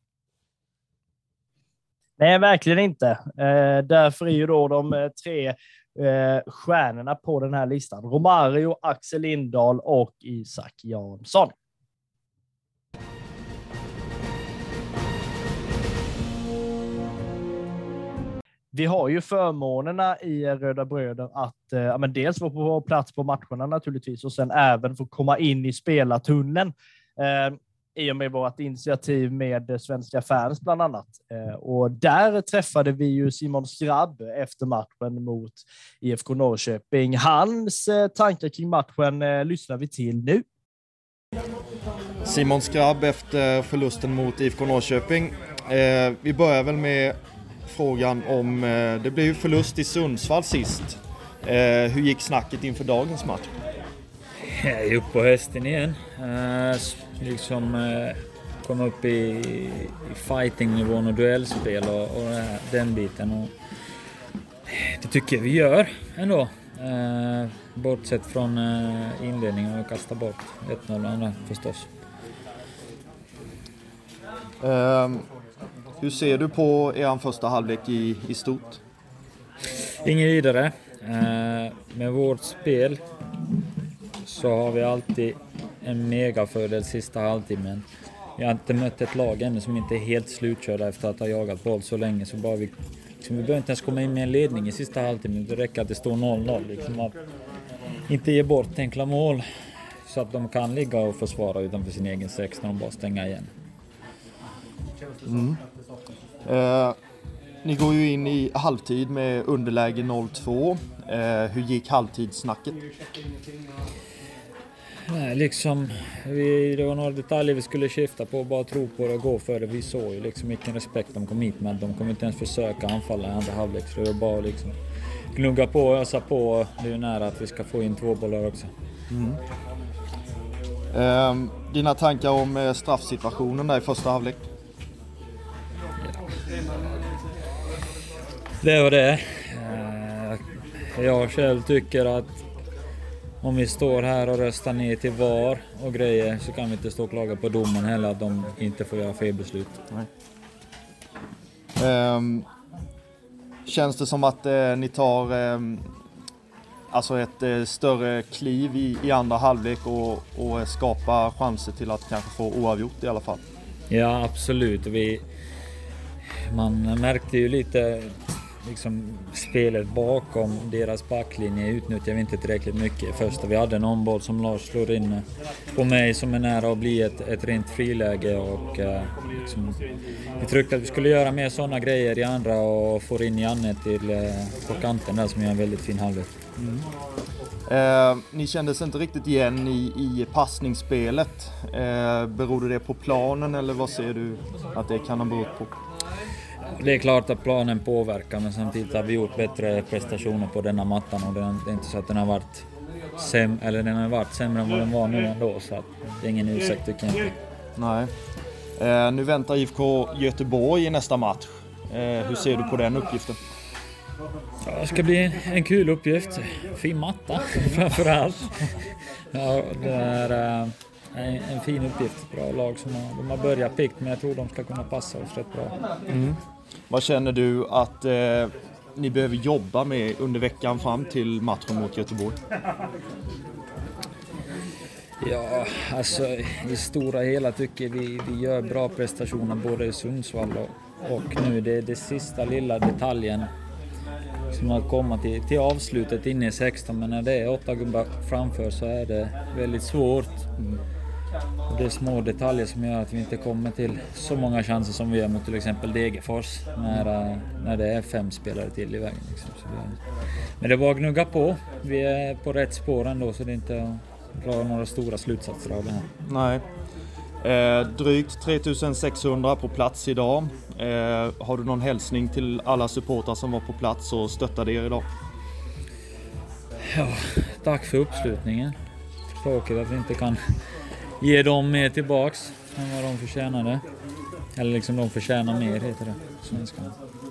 Nej, verkligen inte. Eh, därför är ju då de eh, tre eh, stjärnorna på den här listan Romario, Axel Lindahl och Isak Jansson. Vi har ju förmånerna i Röda Bröder att eh, ja, men dels få på plats på matcherna naturligtvis och sen även få komma in i spelartunneln. Eh, i och med vårt initiativ med Svenska fans bland annat. Eh, och där träffade vi ju Simon Skrabb efter matchen mot I F K Norrköping. Hans eh, tankar kring matchen eh, lyssnar vi till nu. Simon Skrabb efter förlusten mot I F K Norrköping. Eh, vi börjar väl med frågan om, eh, det blev ju förlust i Sundsvall sist. Eh, hur gick snacket inför dagens match? Jag är uppe på hösten igen. Eh, liksom eh, kom upp i, i fightingnivån och duellspel och, och den biten. Och det tycker jag vi gör ändå. Eh, bortsett från eh, inledningen och kasta bort ett noll andra förstås. Eh, hur ser du på er första halvlek i, i stort? Ingen vidare. Eh, med vårt spel så har vi alltid en mega fördel sista halvtimmen. Vi har inte mött ett lag ännu som inte är helt slutkörda efter att ha jagat boll så länge. Så bara vi, liksom, vi behöver inte ens komma in med en ledning i sista halvtimmen. Det räcker att det står noll noll. Liksom, att inte ge bort enkla mål så att de kan ligga och försvara utanför sin egen sex när de bara stänger igen. Mm. Eh, ni går ju in i halvtid med underläge noll två. Eh, hur gick halvtidssnacket? Nej, liksom, vi, det var några detaljer vi skulle skifta på, bara tro på det och gå för det. Vi såg ju liksom vilken respekt de kom hit med. De kommer inte ens försöka anfalla i andra halvlek. Så det var bara liksom gnugga på och ösa på. Det är ju nära att vi ska få in två bollar också. Mm. Eh, dina tankar om straffsituationen där i första halvlek? Det var det. Jag själv tycker att om vi står här och röstar ner till V A R och grejer så kan vi inte stå och klaga på domen heller att de inte får göra fel beslut. Nej. Um, känns det som att eh, ni tar um, alltså ett eh, större kliv i, i andra halvlek och, och skapar chanser till att kanske få oavgjort i alla fall? Ja, absolut. Vi, man märkte ju lite liksom spelet bakom deras backlinje utnyttjade vi inte tillräckligt mycket. Först vi hade en omboll som Lars slår in på mig som är nära att bli ett, ett rent friläge och eh, liksom, vi tryckte att vi skulle göra mer sådana grejer i andra och få in Janne till eh, på kanten där som gör en väldigt fin halvlek. Mm. Eh, ni kändes inte riktigt igen i, i passningsspelet. Eh, berodde det på planen eller vad ser du att det kan ha berott på? Det är klart att planen påverkar, men samtidigt har vi gjort bättre prestationer på denna mattan och det är inte så att den har varit säm- eller den har varit sämre än vad den var nu ändå, så att det är ingen ursäkt tycker jag inte. Nej. Eh, nu väntar I F K Göteborg i nästa match. Eh, hur ser du på den uppgiften? Ja, det ska bli en kul uppgift. Fin matta framförallt. Ja, det är en, en fin uppgift. Bra lag som har, de har börjat pikt, men jag tror de ska kunna passa oss rätt bra. Mm. Vad känner du att eh, ni behöver jobba med under veckan fram till matchen mot Göteborg? Ja, alltså i stora hela tycker vi vi gör bra prestationer både i Sundsvall och, och nu. Det är det sista lilla detaljen som har kommit till, till avslutet inne i sexton, men när det är åtta gubbar framför så är det väldigt svårt. Mm. Och det är små detaljer som gör att vi inte kommer till så många chanser som vi gör mot till exempel Degerfors när, när det är fem spelare till i vägen. Liksom. Så det, men det var att gnugga på. Vi är på rätt spår ändå, så det är inte att dra några stora slutsatser av det här. Nej. Eh, drygt tre tusen sexhundra på plats idag. Eh, har du någon hälsning till alla supportrar som var på plats och stöttade er idag? Ja, tack för uppslutningen. Tråkigt att vi inte kan ge dem mer tillbaks än vad de förtjänade. Eller liksom de förtjänar mer, heter det på svenska.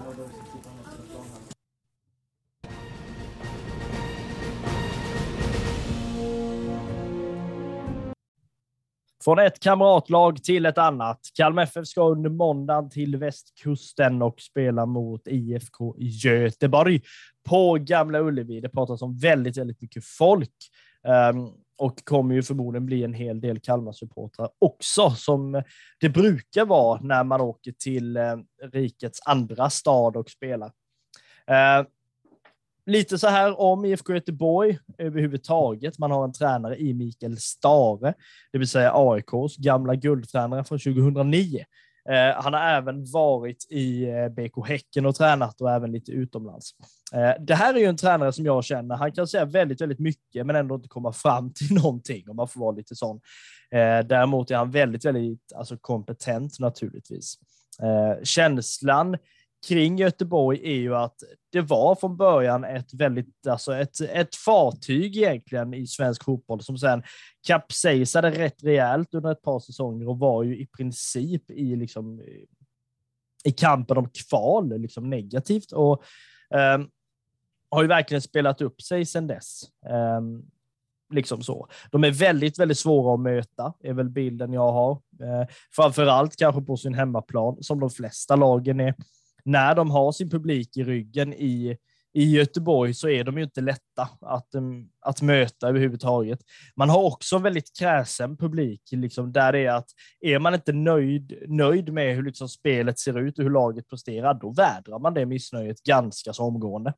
Från ett kamratlag till ett annat. Kalmar F F ska under måndagen till västkusten och spela mot I F K Göteborg på Gamla Ullevi. Det pratas om väldigt, väldigt mycket folk. Um, och kommer ju förmodligen bli en hel del Kalmar-supportrar också, som det brukar vara när man åker till uh, rikets andra stad och spelar. Uh, lite så här om I F K Göteborg överhuvudtaget. Man har en tränare i Mikael Stare, det vill säga A I K:s gamla guldtränare från tjugohundranio. Eh, han har även varit i eh, B K Häcken och tränat och även lite utomlands. Eh, det här är ju en tränare som jag känner, han kan säga väldigt, väldigt mycket men ändå inte komma fram till någonting om man får vara lite sån. Eh, däremot är han väldigt, väldigt alltså, kompetent naturligtvis. Eh, känslan kring Göteborg är ju att det var från början ett väldigt, alltså ett, ett fartyg egentligen i svensk fotboll som sen kapsejsade rätt rejält under ett par säsonger och var ju i princip i liksom i kampen om kval liksom negativt och um, har ju verkligen spelat upp sig sedan dess. Um, liksom så. De är väldigt, väldigt svåra att möta, är väl bilden jag har. Uh, framförallt kanske på sin hemmaplan, som de flesta lagen är. När de har sin publik i ryggen i, i Göteborg så är de ju inte lätta att, um, att möta överhuvudtaget. Man har också väldigt kräsen publik, liksom, där det är att är man inte nöjd, nöjd med hur liksom spelet ser ut och hur laget presterar, då vädrar man det missnöjet ganska så omgående.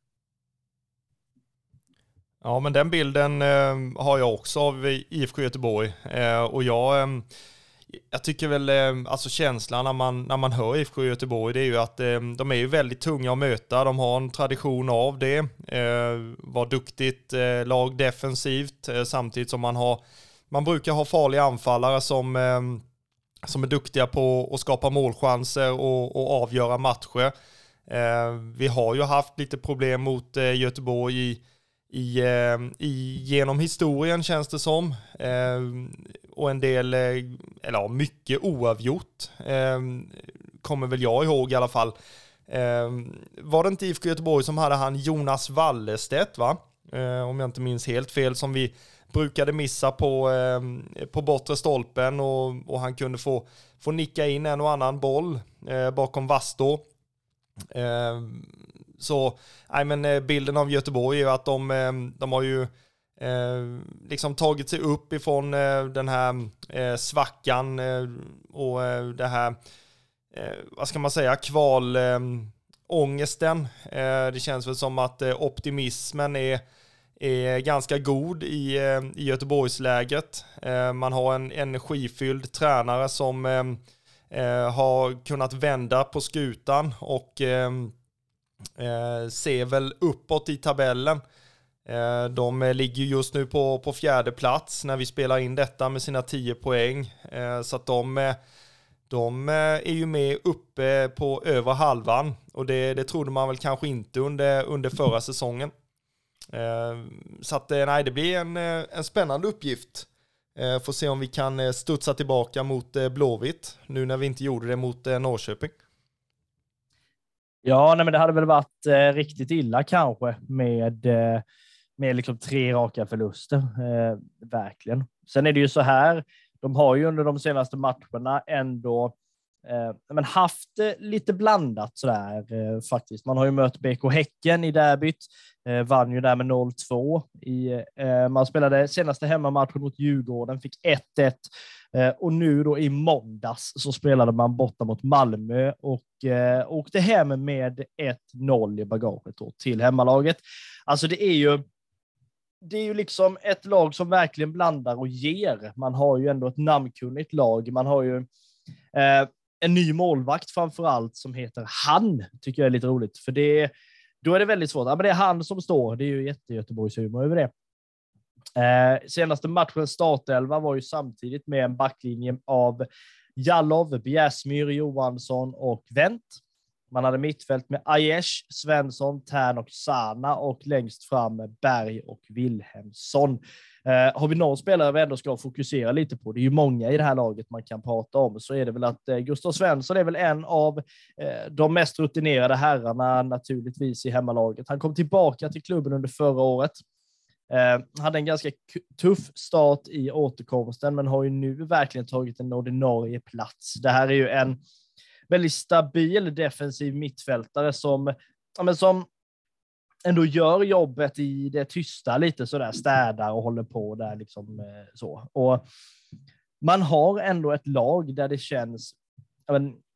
Ja, men den bilden eh, har jag också av I F K Göteborg. Eh, och jag, eh, jag tycker väl, eh, alltså känslan när man, när man hör I F K Göteborg, det är ju att eh, de är ju väldigt tunga att möta. De har en tradition av det. Eh, var duktigt eh, lag defensivt, eh, samtidigt som man har, man brukar ha farliga anfallare som, eh, som är duktiga på att skapa målchanser och, och avgöra matcher. Eh, vi har ju haft lite problem mot eh, Göteborg i I, i, genom historien känns det som. Eh, och en del, eller ja, mycket oavgjort. Eh, kommer väl jag ihåg i alla fall. Eh, var det inte I F K Göteborg som hade han Jonas Wallestedt, va? Eh, om jag inte minns helt fel, som vi brukade missa på, eh, på bortre stolpen och, och han kunde få, få nicka in en och annan boll eh, bakom Vastor. Eh, Så nej, men bilden av Göteborg är ju att de, de har ju eh, liksom tagit sig upp ifrån eh, den här eh, svackan eh, och eh, det här, eh, vad ska man säga, kvalångesten. Eh, det känns väl som att eh, optimismen är, är ganska god i, eh, i Göteborgsläget. Eh, man har en energifylld tränare som eh, eh, har kunnat vända på skutan och eh, Eh, ser väl uppåt i tabellen. Eh, de ligger just nu på, på fjärde plats när vi spelar in detta med sina tio poäng. Eh, så att de, de är ju med uppe på över halvan. Och det, det trodde man väl kanske inte under, under förra säsongen. Eh, så att nej, det blir en, en spännande uppgift. Eh, får se om vi kan studsa tillbaka mot Blåvitt nu när vi inte gjorde det mot Norrköping. Ja, nej, men det hade väl varit eh, riktigt illa kanske med, eh, med liksom tre raka förluster. Eh, verkligen. Sen är det ju så här, de har ju under de senaste matcherna ändå eh, men haft eh, lite blandat sådär eh, faktiskt. Man har ju mött B K Häcken i derbyt, eh, vann ju där med noll två. I, eh, man spelade senaste hemmamatchen mot Djurgården, fick ett ett. Eh, och nu då i måndags så spelade man borta mot Malmö och eh, åkte hem med ett noll i bagaget då, till hemmalaget. Alltså det är ju det är ju liksom ett lag som verkligen blandar och ger. Man har ju ändå ett namnkunnigt lag. Man har ju eh, en ny målvakt framförallt som heter Han, tycker jag är lite roligt. För det, då är det väldigt svårt. Ja, men det är han som står. Det är ju jätte-Göteborgshumor över det. Eh, senaste matchen startelva var ju samtidigt med en backlinje av Jallov, Bjärsmyr, Johansson och Wendt. Man hade mittfält med Aiesh, Svensson, Tern och Sana och längst fram Berg och Wilhelmsson. Eh, har vi någon spelare vi ändå ska fokusera lite på, det är ju många i det här laget man kan prata om, så är det väl att eh, Gustav Svensson är väl en av eh, de mest rutinerade herrarna naturligtvis i hemmalaget. Han kom tillbaka till klubben under förra året. Uh, hade en ganska k- tuff start i återkomsten men har ju nu verkligen tagit en ordinarie plats. Det här är ju en väldigt stabil defensiv mittfältare som, ja, men som ändå gör jobbet i det tysta lite sådär, städar och håller på där liksom uh, så. Och man har ändå ett lag där det känns, ja, men,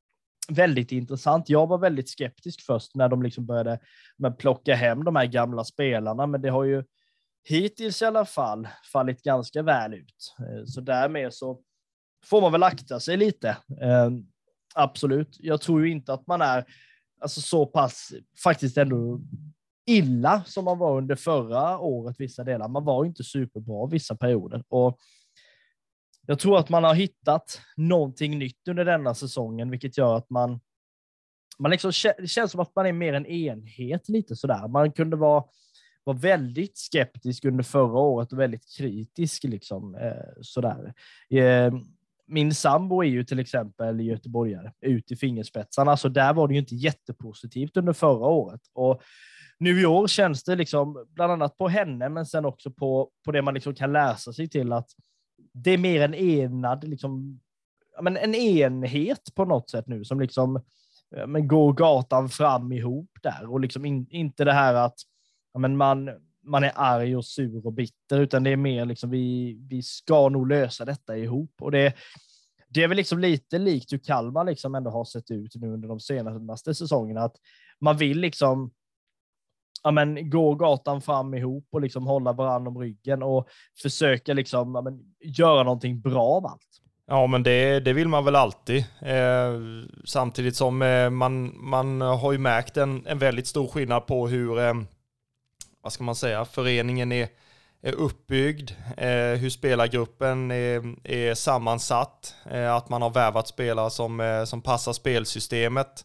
väldigt intressant. Jag var väldigt skeptisk först när de liksom började med plocka hem de här gamla spelarna, men det har ju hittills i alla fall fallit ganska väl ut. Så därmed så får man väl akta sig lite. Eh, absolut. Jag tror ju inte att man är alltså så pass faktiskt ändå illa som man var under förra året vissa delar. Man var inte superbra vissa perioder. Och jag tror att man har hittat någonting nytt under denna säsongen, vilket gör att man, man liksom, det känns som att man är mer en enhet lite sådär. Man kunde vara, vara väldigt skeptisk under förra året och väldigt kritisk liksom eh, sådär. Eh, min sambo är ju till exempel göteborgare ut i fingerspetsarna, så där var det ju inte jättepositivt under förra året. Och nu i år känns det liksom bland annat på henne, men sen också på, på det man liksom kan läsa sig till att det är mer en enad, liksom, men en enhet på något sätt nu som liksom men går gatan fram ihop där och liksom in, inte det här att men man, man är arg och sur och bitter, utan det är mer liksom vi, vi ska nog lösa detta ihop. Och det, det är väl liksom lite likt hur Kalmar liksom ändå har sett ut nu under de senaste säsongerna, att man vill liksom ja, men, gå gatan fram ihop och liksom hålla varandra om ryggen och försöka liksom, ja, men, göra någonting bra av allt. Ja, men det, det vill man väl alltid. Eh, samtidigt som eh, man, man har ju märkt en, en väldigt stor skillnad på hur, eh, vad ska man säga, föreningen är, är uppbyggd, eh, hur spelargruppen är, är sammansatt, eh, att man har värvat spelare som, eh, som passar spelsystemet.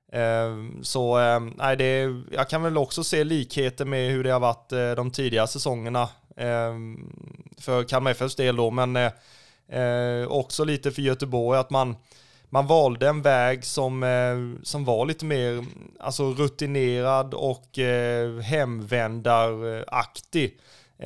Så nej, det, jag kan väl också se likheter med hur det har varit de tidigare säsongerna för Kalmar F F:s del då, men också lite för Göteborg, att man, man valde en väg som, som var lite mer alltså rutinerad och hemvändaraktig.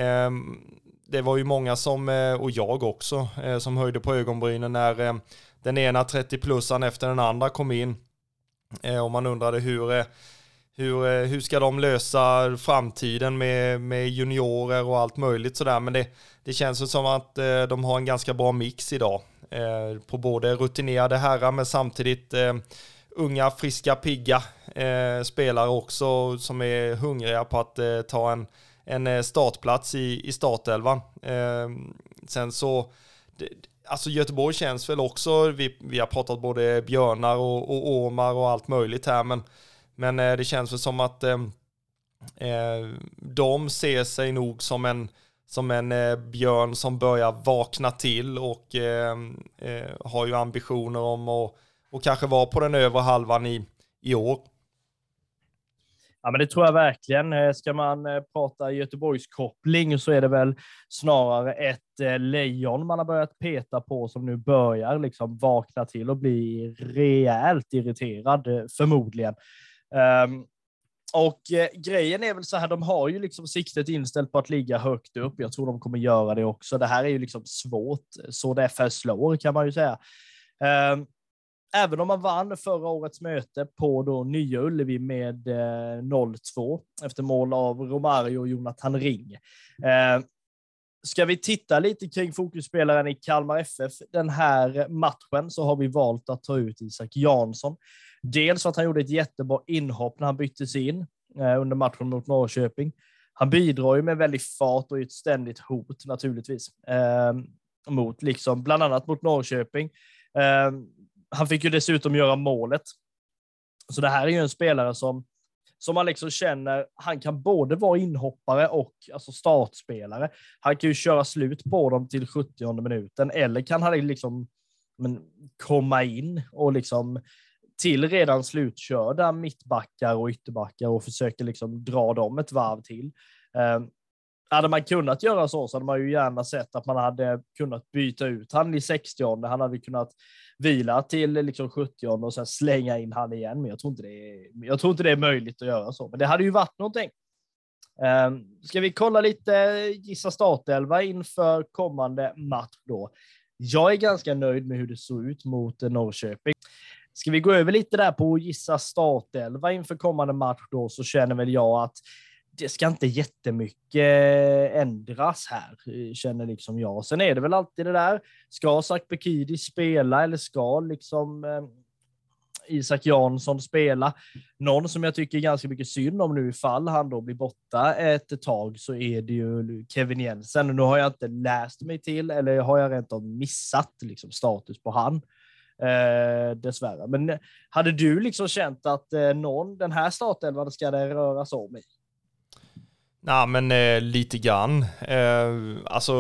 Det var ju många som, och jag också, som höjde på ögonbrynen när den ena trettio-plussaren efter den andra kom in. Och man undrade hur, hur, hur ska de lösa framtiden med, med juniorer och allt möjligt sådär. Men det, det känns som att de har en ganska bra mix idag. På både rutinerade herrar men samtidigt unga, friska, pigga spelare också som är hungriga på att ta en, en startplats i, i startelvan. Sen så... Det, Alltså Göteborg känns väl också, vi, vi har pratat både björnar och, och ormar och allt möjligt här, men, men eh, det känns väl som att eh, de ser sig nog som en, som en eh, björn som börjar vakna till och eh, eh, har ju ambitioner om att och kanske vara på den övre halvan i, i år. Ja, men det tror jag verkligen. Ska man prata Göteborgskoppling så är det väl snarare ett lejon man har börjat peta på som nu börjar liksom vakna till och bli rejält irriterad förmodligen. Um, och eh, grejen är väl så här, de har ju liksom siktet inställt på att ligga högt upp. Jag tror de kommer göra det också. Det här är ju liksom svårt, så det förslår kan man ju säga. Um, Även om man vann förra årets möte på då Nya Ullevi med eh, noll två efter mål av Romario och Jonathan Ring. Eh, ska vi titta lite kring fokusspelaren i Kalmar F F den här matchen, så har vi valt att ta ut Isak Jansson. Dels för att han gjorde ett jättebra inhopp när han byttes in eh, under matchen mot Norrköping. Han bidrar ju med väldigt fart och ett ständigt hot naturligtvis. Eh, mot liksom, bland annat mot Norrköping. Eh, Han fick ju dessutom göra målet. Så det här är ju en spelare som, som man liksom känner, han kan både vara inhoppare och alltså startspelare. Han kan ju köra slut på dem till sjuttionde minuten, eller kan han liksom men, komma in och liksom till redan slutkörda mittbackar och ytterbackar och försöka liksom dra dem ett varv till. Eh, hade man kunnat göra så, så hade man ju gärna sett att man hade kunnat byta ut han i sextionde. Han hade kunnat vila till liksom sjuttionde och sen slänga in han igen. Men jag tror inte det är, jag tror inte det är möjligt att göra så. Men det hade ju varit någonting. Um, ska vi kolla lite gissa startelva inför kommande match då? Jag är ganska nöjd med hur det såg ut mot Norrköping. Ska vi gå över lite där på gissa startelva inför kommande match då, så känner väl jag att det ska inte jättemycket ändras här, känner liksom jag. Sen är det väl alltid det där, ska Sakbekidi spela eller ska liksom Isak Jansson spela. Någon som jag tycker är ganska mycket synd om nu ifall han då blir borta ett tag, så är det ju Kevin Jensen. Nu har jag inte läst mig till, eller har jag rent av missat liksom status på han. Eh, dessvärre. Men hade du liksom känt att eh, någon, den här startelvan ska det röras om i? Nej, men eh, lite grann. Eh, alltså,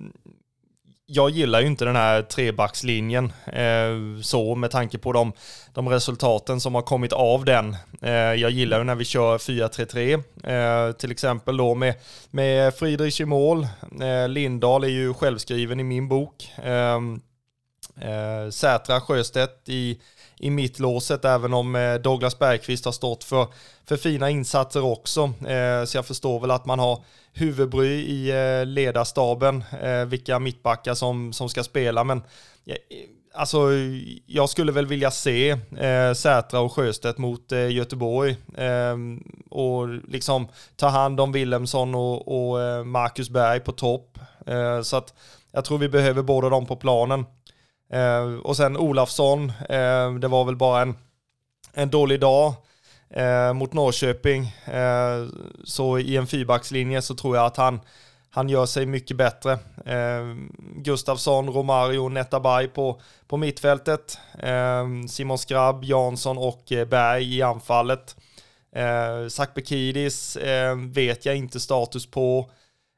jag gillar ju inte den här trebackslinjen eh, så med tanke på de, de resultaten som har kommit av den. Eh, jag gillar ju när vi kör fyra tre tre, eh, till exempel då med, med Friedrich i mål. Eh, Lindahl är ju självskriven i min bok. Eh, eh, Sätra Sjöstedt i i mittlåset, även om eh, Douglas Bergqvist har stått för, för fina insatser också. Eh, så jag förstår väl att man har huvudbry i eh, ledarstaben, eh, vilka mittbackar som, som ska spela. Men eh, alltså, jag skulle väl vilja se eh, Sätra och Sjöstedt mot eh, Göteborg eh, och liksom ta hand om Willemsson och, och eh, Marcus Berg på topp. Eh, så att jag tror vi behöver båda dem på planen. Uh, och sen Olafsson, uh, det var väl bara en, en dålig dag uh, mot Norrköping. Uh, så i en fyrbackslinje så tror jag att han, han gör sig mycket bättre. Uh, Gustafsson, Romario, Netabay på, på mittfältet. Uh, Simon Skrabb, Jansson och uh, Berg i anfallet. Uh, Sakbekidis uh, vet jag inte status på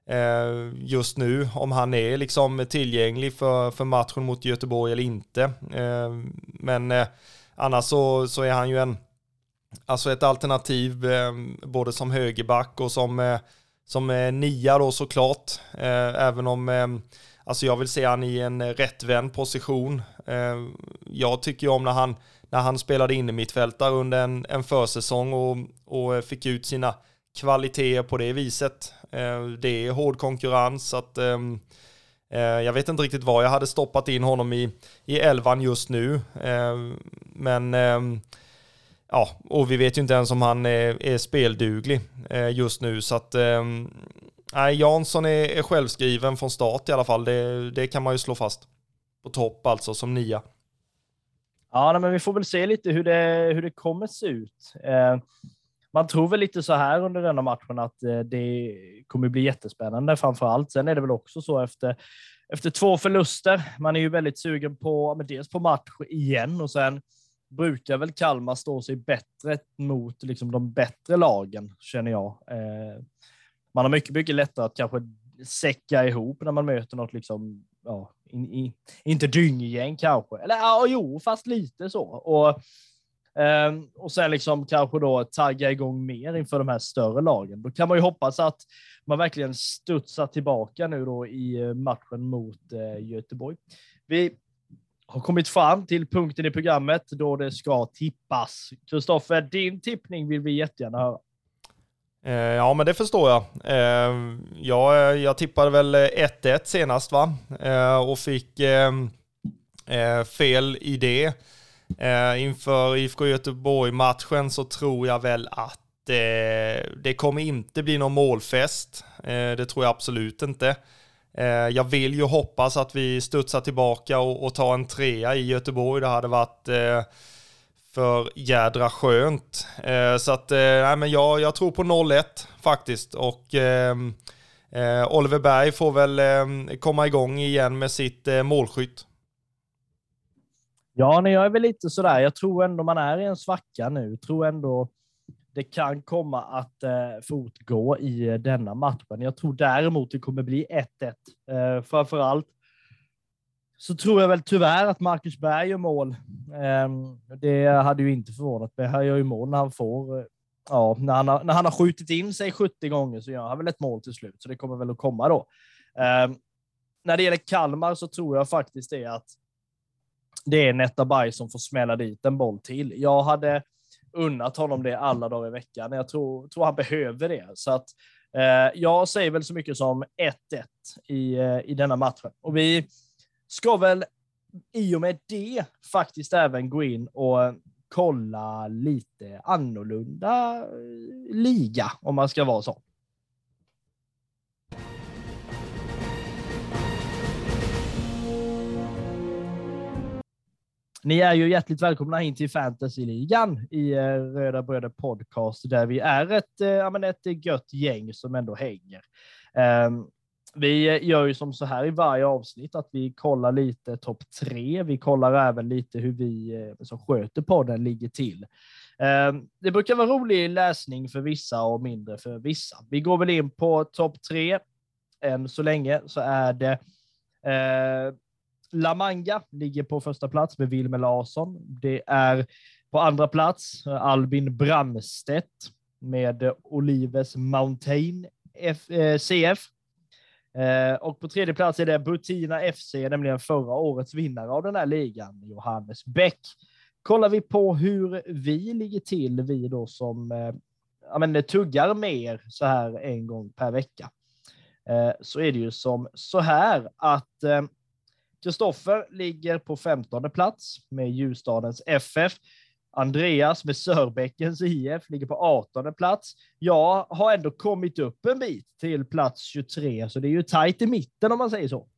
just nu, om han är liksom tillgänglig för, för matchen mot Göteborg eller inte. Men annars så, så är han ju en, alltså ett alternativ både som högerback och som, som nia då såklart. Även om alltså jag vill se han i en rättvänd position. Jag tycker ju om när han, när han spelade in i mittfältare under en, en försäsong och, och fick ut sina kvaliteter på det viset. Det är hård konkurrens, så att jag vet inte riktigt vad jag hade stoppat in honom i, i elvan just nu. Men ja, och vi vet ju inte ens om han är, är spelduglig just nu, så att nej, Jansson är, är självskriven från start i alla fall. Det, det kan man ju slå fast. På topp alltså, som nia. Ja, men vi får väl se lite hur det, hur det kommer se ut. Man tror väl lite så här under denna matchen att det kommer bli jättespännande framförallt. Sen är det väl också så efter, efter två förluster. Man är ju väldigt sugen på, men dels på match igen, och sen brukar väl Kalmar stå sig bättre mot liksom de bättre lagen, känner jag. Man har mycket, mycket lättare att kanske säcka ihop när man möter något liksom, ja, in, in, inte dynggäng kanske. Eller ja, jo, fast lite så. Och Um, och sen liksom kanske då tagga igång mer inför de här större lagen. Då kan man ju hoppas att man verkligen studsar tillbaka nu då i matchen mot uh, Göteborg. Vi har kommit fram till punkten i programmet då det ska tippas. Kristoffer, din tippning vill vi jättegärna höra. Uh, ja, men det förstår jag. Uh, jag, jag tippade väl ett ett senast, va? Uh, och fick uh, uh, fel i det. Uh, inför I F K Göteborg-matchen så tror jag väl att uh, det kommer inte bli någon målfest. Uh, det tror jag absolut inte. Uh, jag vill ju hoppas att vi studsar tillbaka och, och tar en trea i Göteborg. Det hade varit uh, för jädra skönt. Uh, så att uh, nej, men jag, jag tror på noll ett faktiskt. Och uh, uh, Oliver Berg får väl uh, komma igång igen med sitt uh, målskytt. Ja, nej, jag är väl lite sådär. Jag tror ändå man är i en svacka nu. Jag tror ändå det kan komma att eh, fortgå i eh, denna matchen. Jag tror däremot det kommer bli ett ett. Eh, framförallt så tror jag väl tyvärr att Marcus Berg gör mål. Eh, det hade ju inte förvånat mig. Han gör ju mål när han får... Eh, ja, när han, har, när han har skjutit in sig sjuttio gånger så gör han väl ett mål till slut. Så det kommer väl att komma då. Eh, när det gäller Kalmar så tror jag faktiskt det att det är Netabay som får smälla dit en boll till. Jag hade unnat honom det alla dagar i veckan. Jag tror, tror han behöver det. Så att, eh, jag säger väl så mycket som ett ett i, eh, i denna matchen. Och vi ska väl i och med det faktiskt även gå in och kolla lite annorlunda liga, om man ska vara så. Ni är ju hjärtligt välkomna in till Fantasyligan i Röda Bröder podcast, där vi är ett, ja, men ett gött gäng som ändå hänger. Um, vi gör ju som så här i varje avsnitt att vi kollar lite topp tre. Vi kollar även lite hur vi som sköter podden ligger till. Um, det brukar vara rolig läsning för vissa och mindre för vissa. Vi går väl in på topp tre. Än så länge så är det uh, La Manga ligger på första plats med Wilmer Larsson. Det är på andra plats Albin Bramstedt med Olives Mountain F, eh, C F. Eh, och på tredje plats är det Butina F C, nämligen förra årets vinnare av den här ligan, Johannes Bäck. Kollar vi på hur vi ligger till, vi då som eh, ja, men, tuggar mer så här en gång per vecka, eh, så är det ju som så här att eh, Kristoffer ligger på femtonde plats med Ljusstadens F F. Andreas med Sörbäckens I F ligger på artonde plats. Jag har ändå kommit upp en bit till plats tjugotre, så det är ju tajt i mitten om man säger så.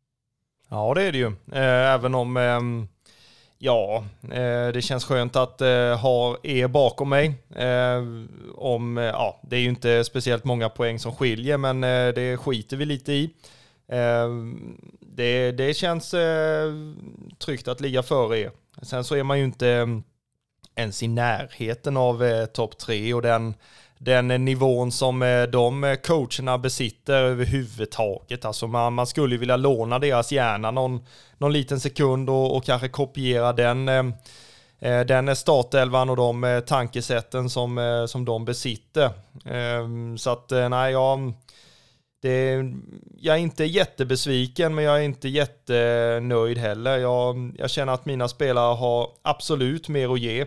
Ja, det är det ju. Även om eh, ja, det känns skönt att eh, ha er bakom mig. Eh, om, ja, det är ju inte speciellt många poäng som skiljer, men eh, det skiter vi lite i. Eh, det, det känns eh, tryggt att ligga före er. Sen så är man ju inte eh, ens i närheten av eh, topp tre och den, den nivån som eh, de coacherna besitter överhuvudtaget. Alltså man, man skulle vilja låna deras hjärna någon, någon liten sekund och, och kanske kopiera den, eh, den startelvan och de eh, tankesätten som, eh, som de besitter. Eh, så att eh, nej, jag... Det, jag är inte jättebesviken, men jag är inte jättenöjd heller. Jag, jag känner att mina spelare har absolut mer att ge.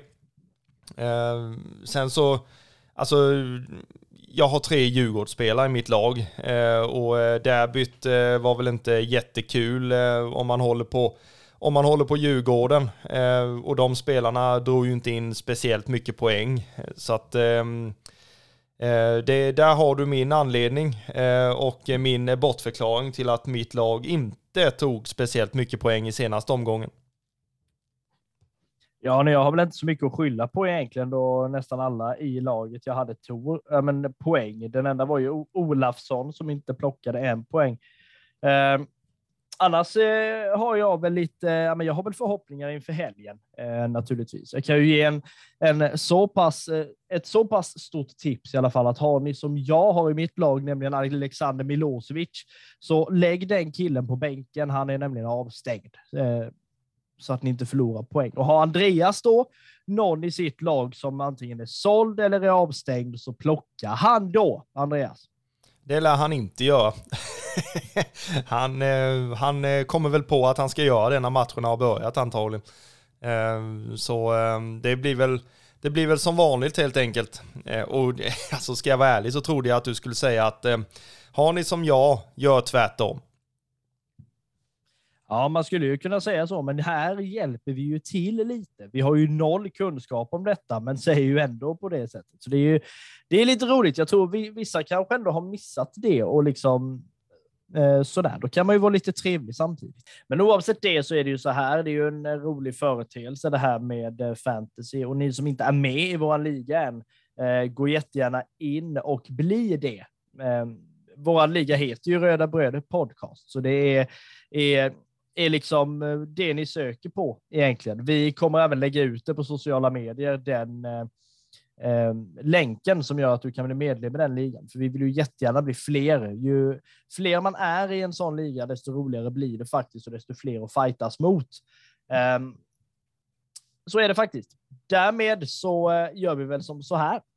Eh, sen så, alltså, jag har tre Djurgårdsspelare i mitt lag. Eh, och derbyt eh, var väl inte jättekul eh, om man håller på om man håller på Djurgården. Eh, och de spelarna drog ju inte in speciellt mycket poäng. Så att... Eh, Det, där har du min anledning och min bortförklaring till att mitt lag inte tog speciellt mycket poäng i senaste omgången. Ja, jag har väl inte så mycket att skylla på egentligen, då nästan alla i laget jag hade tog äh, men poäng. Den enda var ju Olafsson som inte plockade en poäng. Eh, annars eh, har jag väl lite, ja, men jag har väl förhoppningar inför helgen eh, naturligtvis. Jag kan ju ge en, en så pass, eh, ett så pass stort tips i alla fall, att har ni som jag har i mitt lag, nämligen Alexander Milosevic, så lägg den killen på bänken. Han är nämligen avstängd. Eh, så att ni inte förlorar poäng. Och har Andreas då någon i sitt lag som antingen är såld eller är avstängd, så plocka han då, Andreas. Det lär han inte göra. han, eh, han kommer väl på att han ska göra det när matcherna har börjat antagligen. Eh, så eh, det blir väl det blir väl som vanligt helt enkelt. Eh, och alltså, ska jag vara ärlig så trodde jag att du skulle säga att eh, har ni som jag, gör tvärtom. Ja, man skulle ju kunna säga så, men här hjälper vi ju till lite. Vi har ju noll kunskap om detta, men säger ju ändå på det sättet. Så det är ju det är lite roligt. Jag tror vi, vissa kanske ändå har missat det och liksom eh, sådär. Då kan man ju vara lite trevlig samtidigt. Men oavsett det så är det ju så här. Det är ju en rolig företeelse det här med eh, fantasy. Och ni som inte är med i våran liga än, eh, gå jättegärna in och bli det. Eh, våran liga heter ju Röda Bröder podcast. Så det är... är är liksom det ni söker på egentligen. Vi kommer även lägga ut det på sociala medier, den eh, länken som gör att du kan bli medlem i den ligan. För vi vill ju jättegärna bli fler. Ju fler man är i en sån liga, desto roligare blir det faktiskt och desto fler att fightas mot. Eh, så är det faktiskt. Därmed så eh, gör vi väl som så här.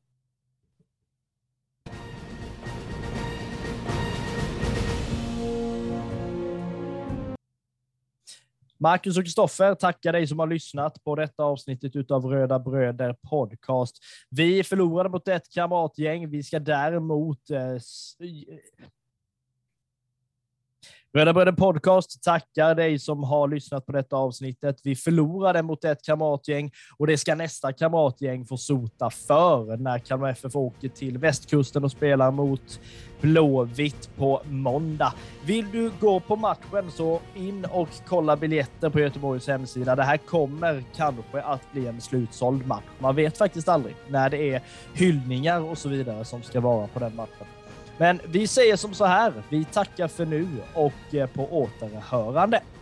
Marcus och Kristoffer, tackar dig som har lyssnat på detta avsnittet utav Röda Bröder podcast. Vi förlorade mot ett kamratgäng. Vi ska däremot... Eh, Röda Bröder Podcast tackar dig som har lyssnat på detta avsnittet. Vi förlorade mot ett kamratgäng och det ska nästa kamratgäng få sota för när Kalmar F F åker till västkusten och spelar mot Blåvitt på måndag. Vill du gå på matchen så in och kolla biljetter på Göteborgs hemsida. Det här kommer kanske att bli en slutsåld match. Man vet faktiskt aldrig när det är hyllningar och så vidare som ska vara på den matchen. Men vi säger som så här, vi tackar för nu och på återhörande.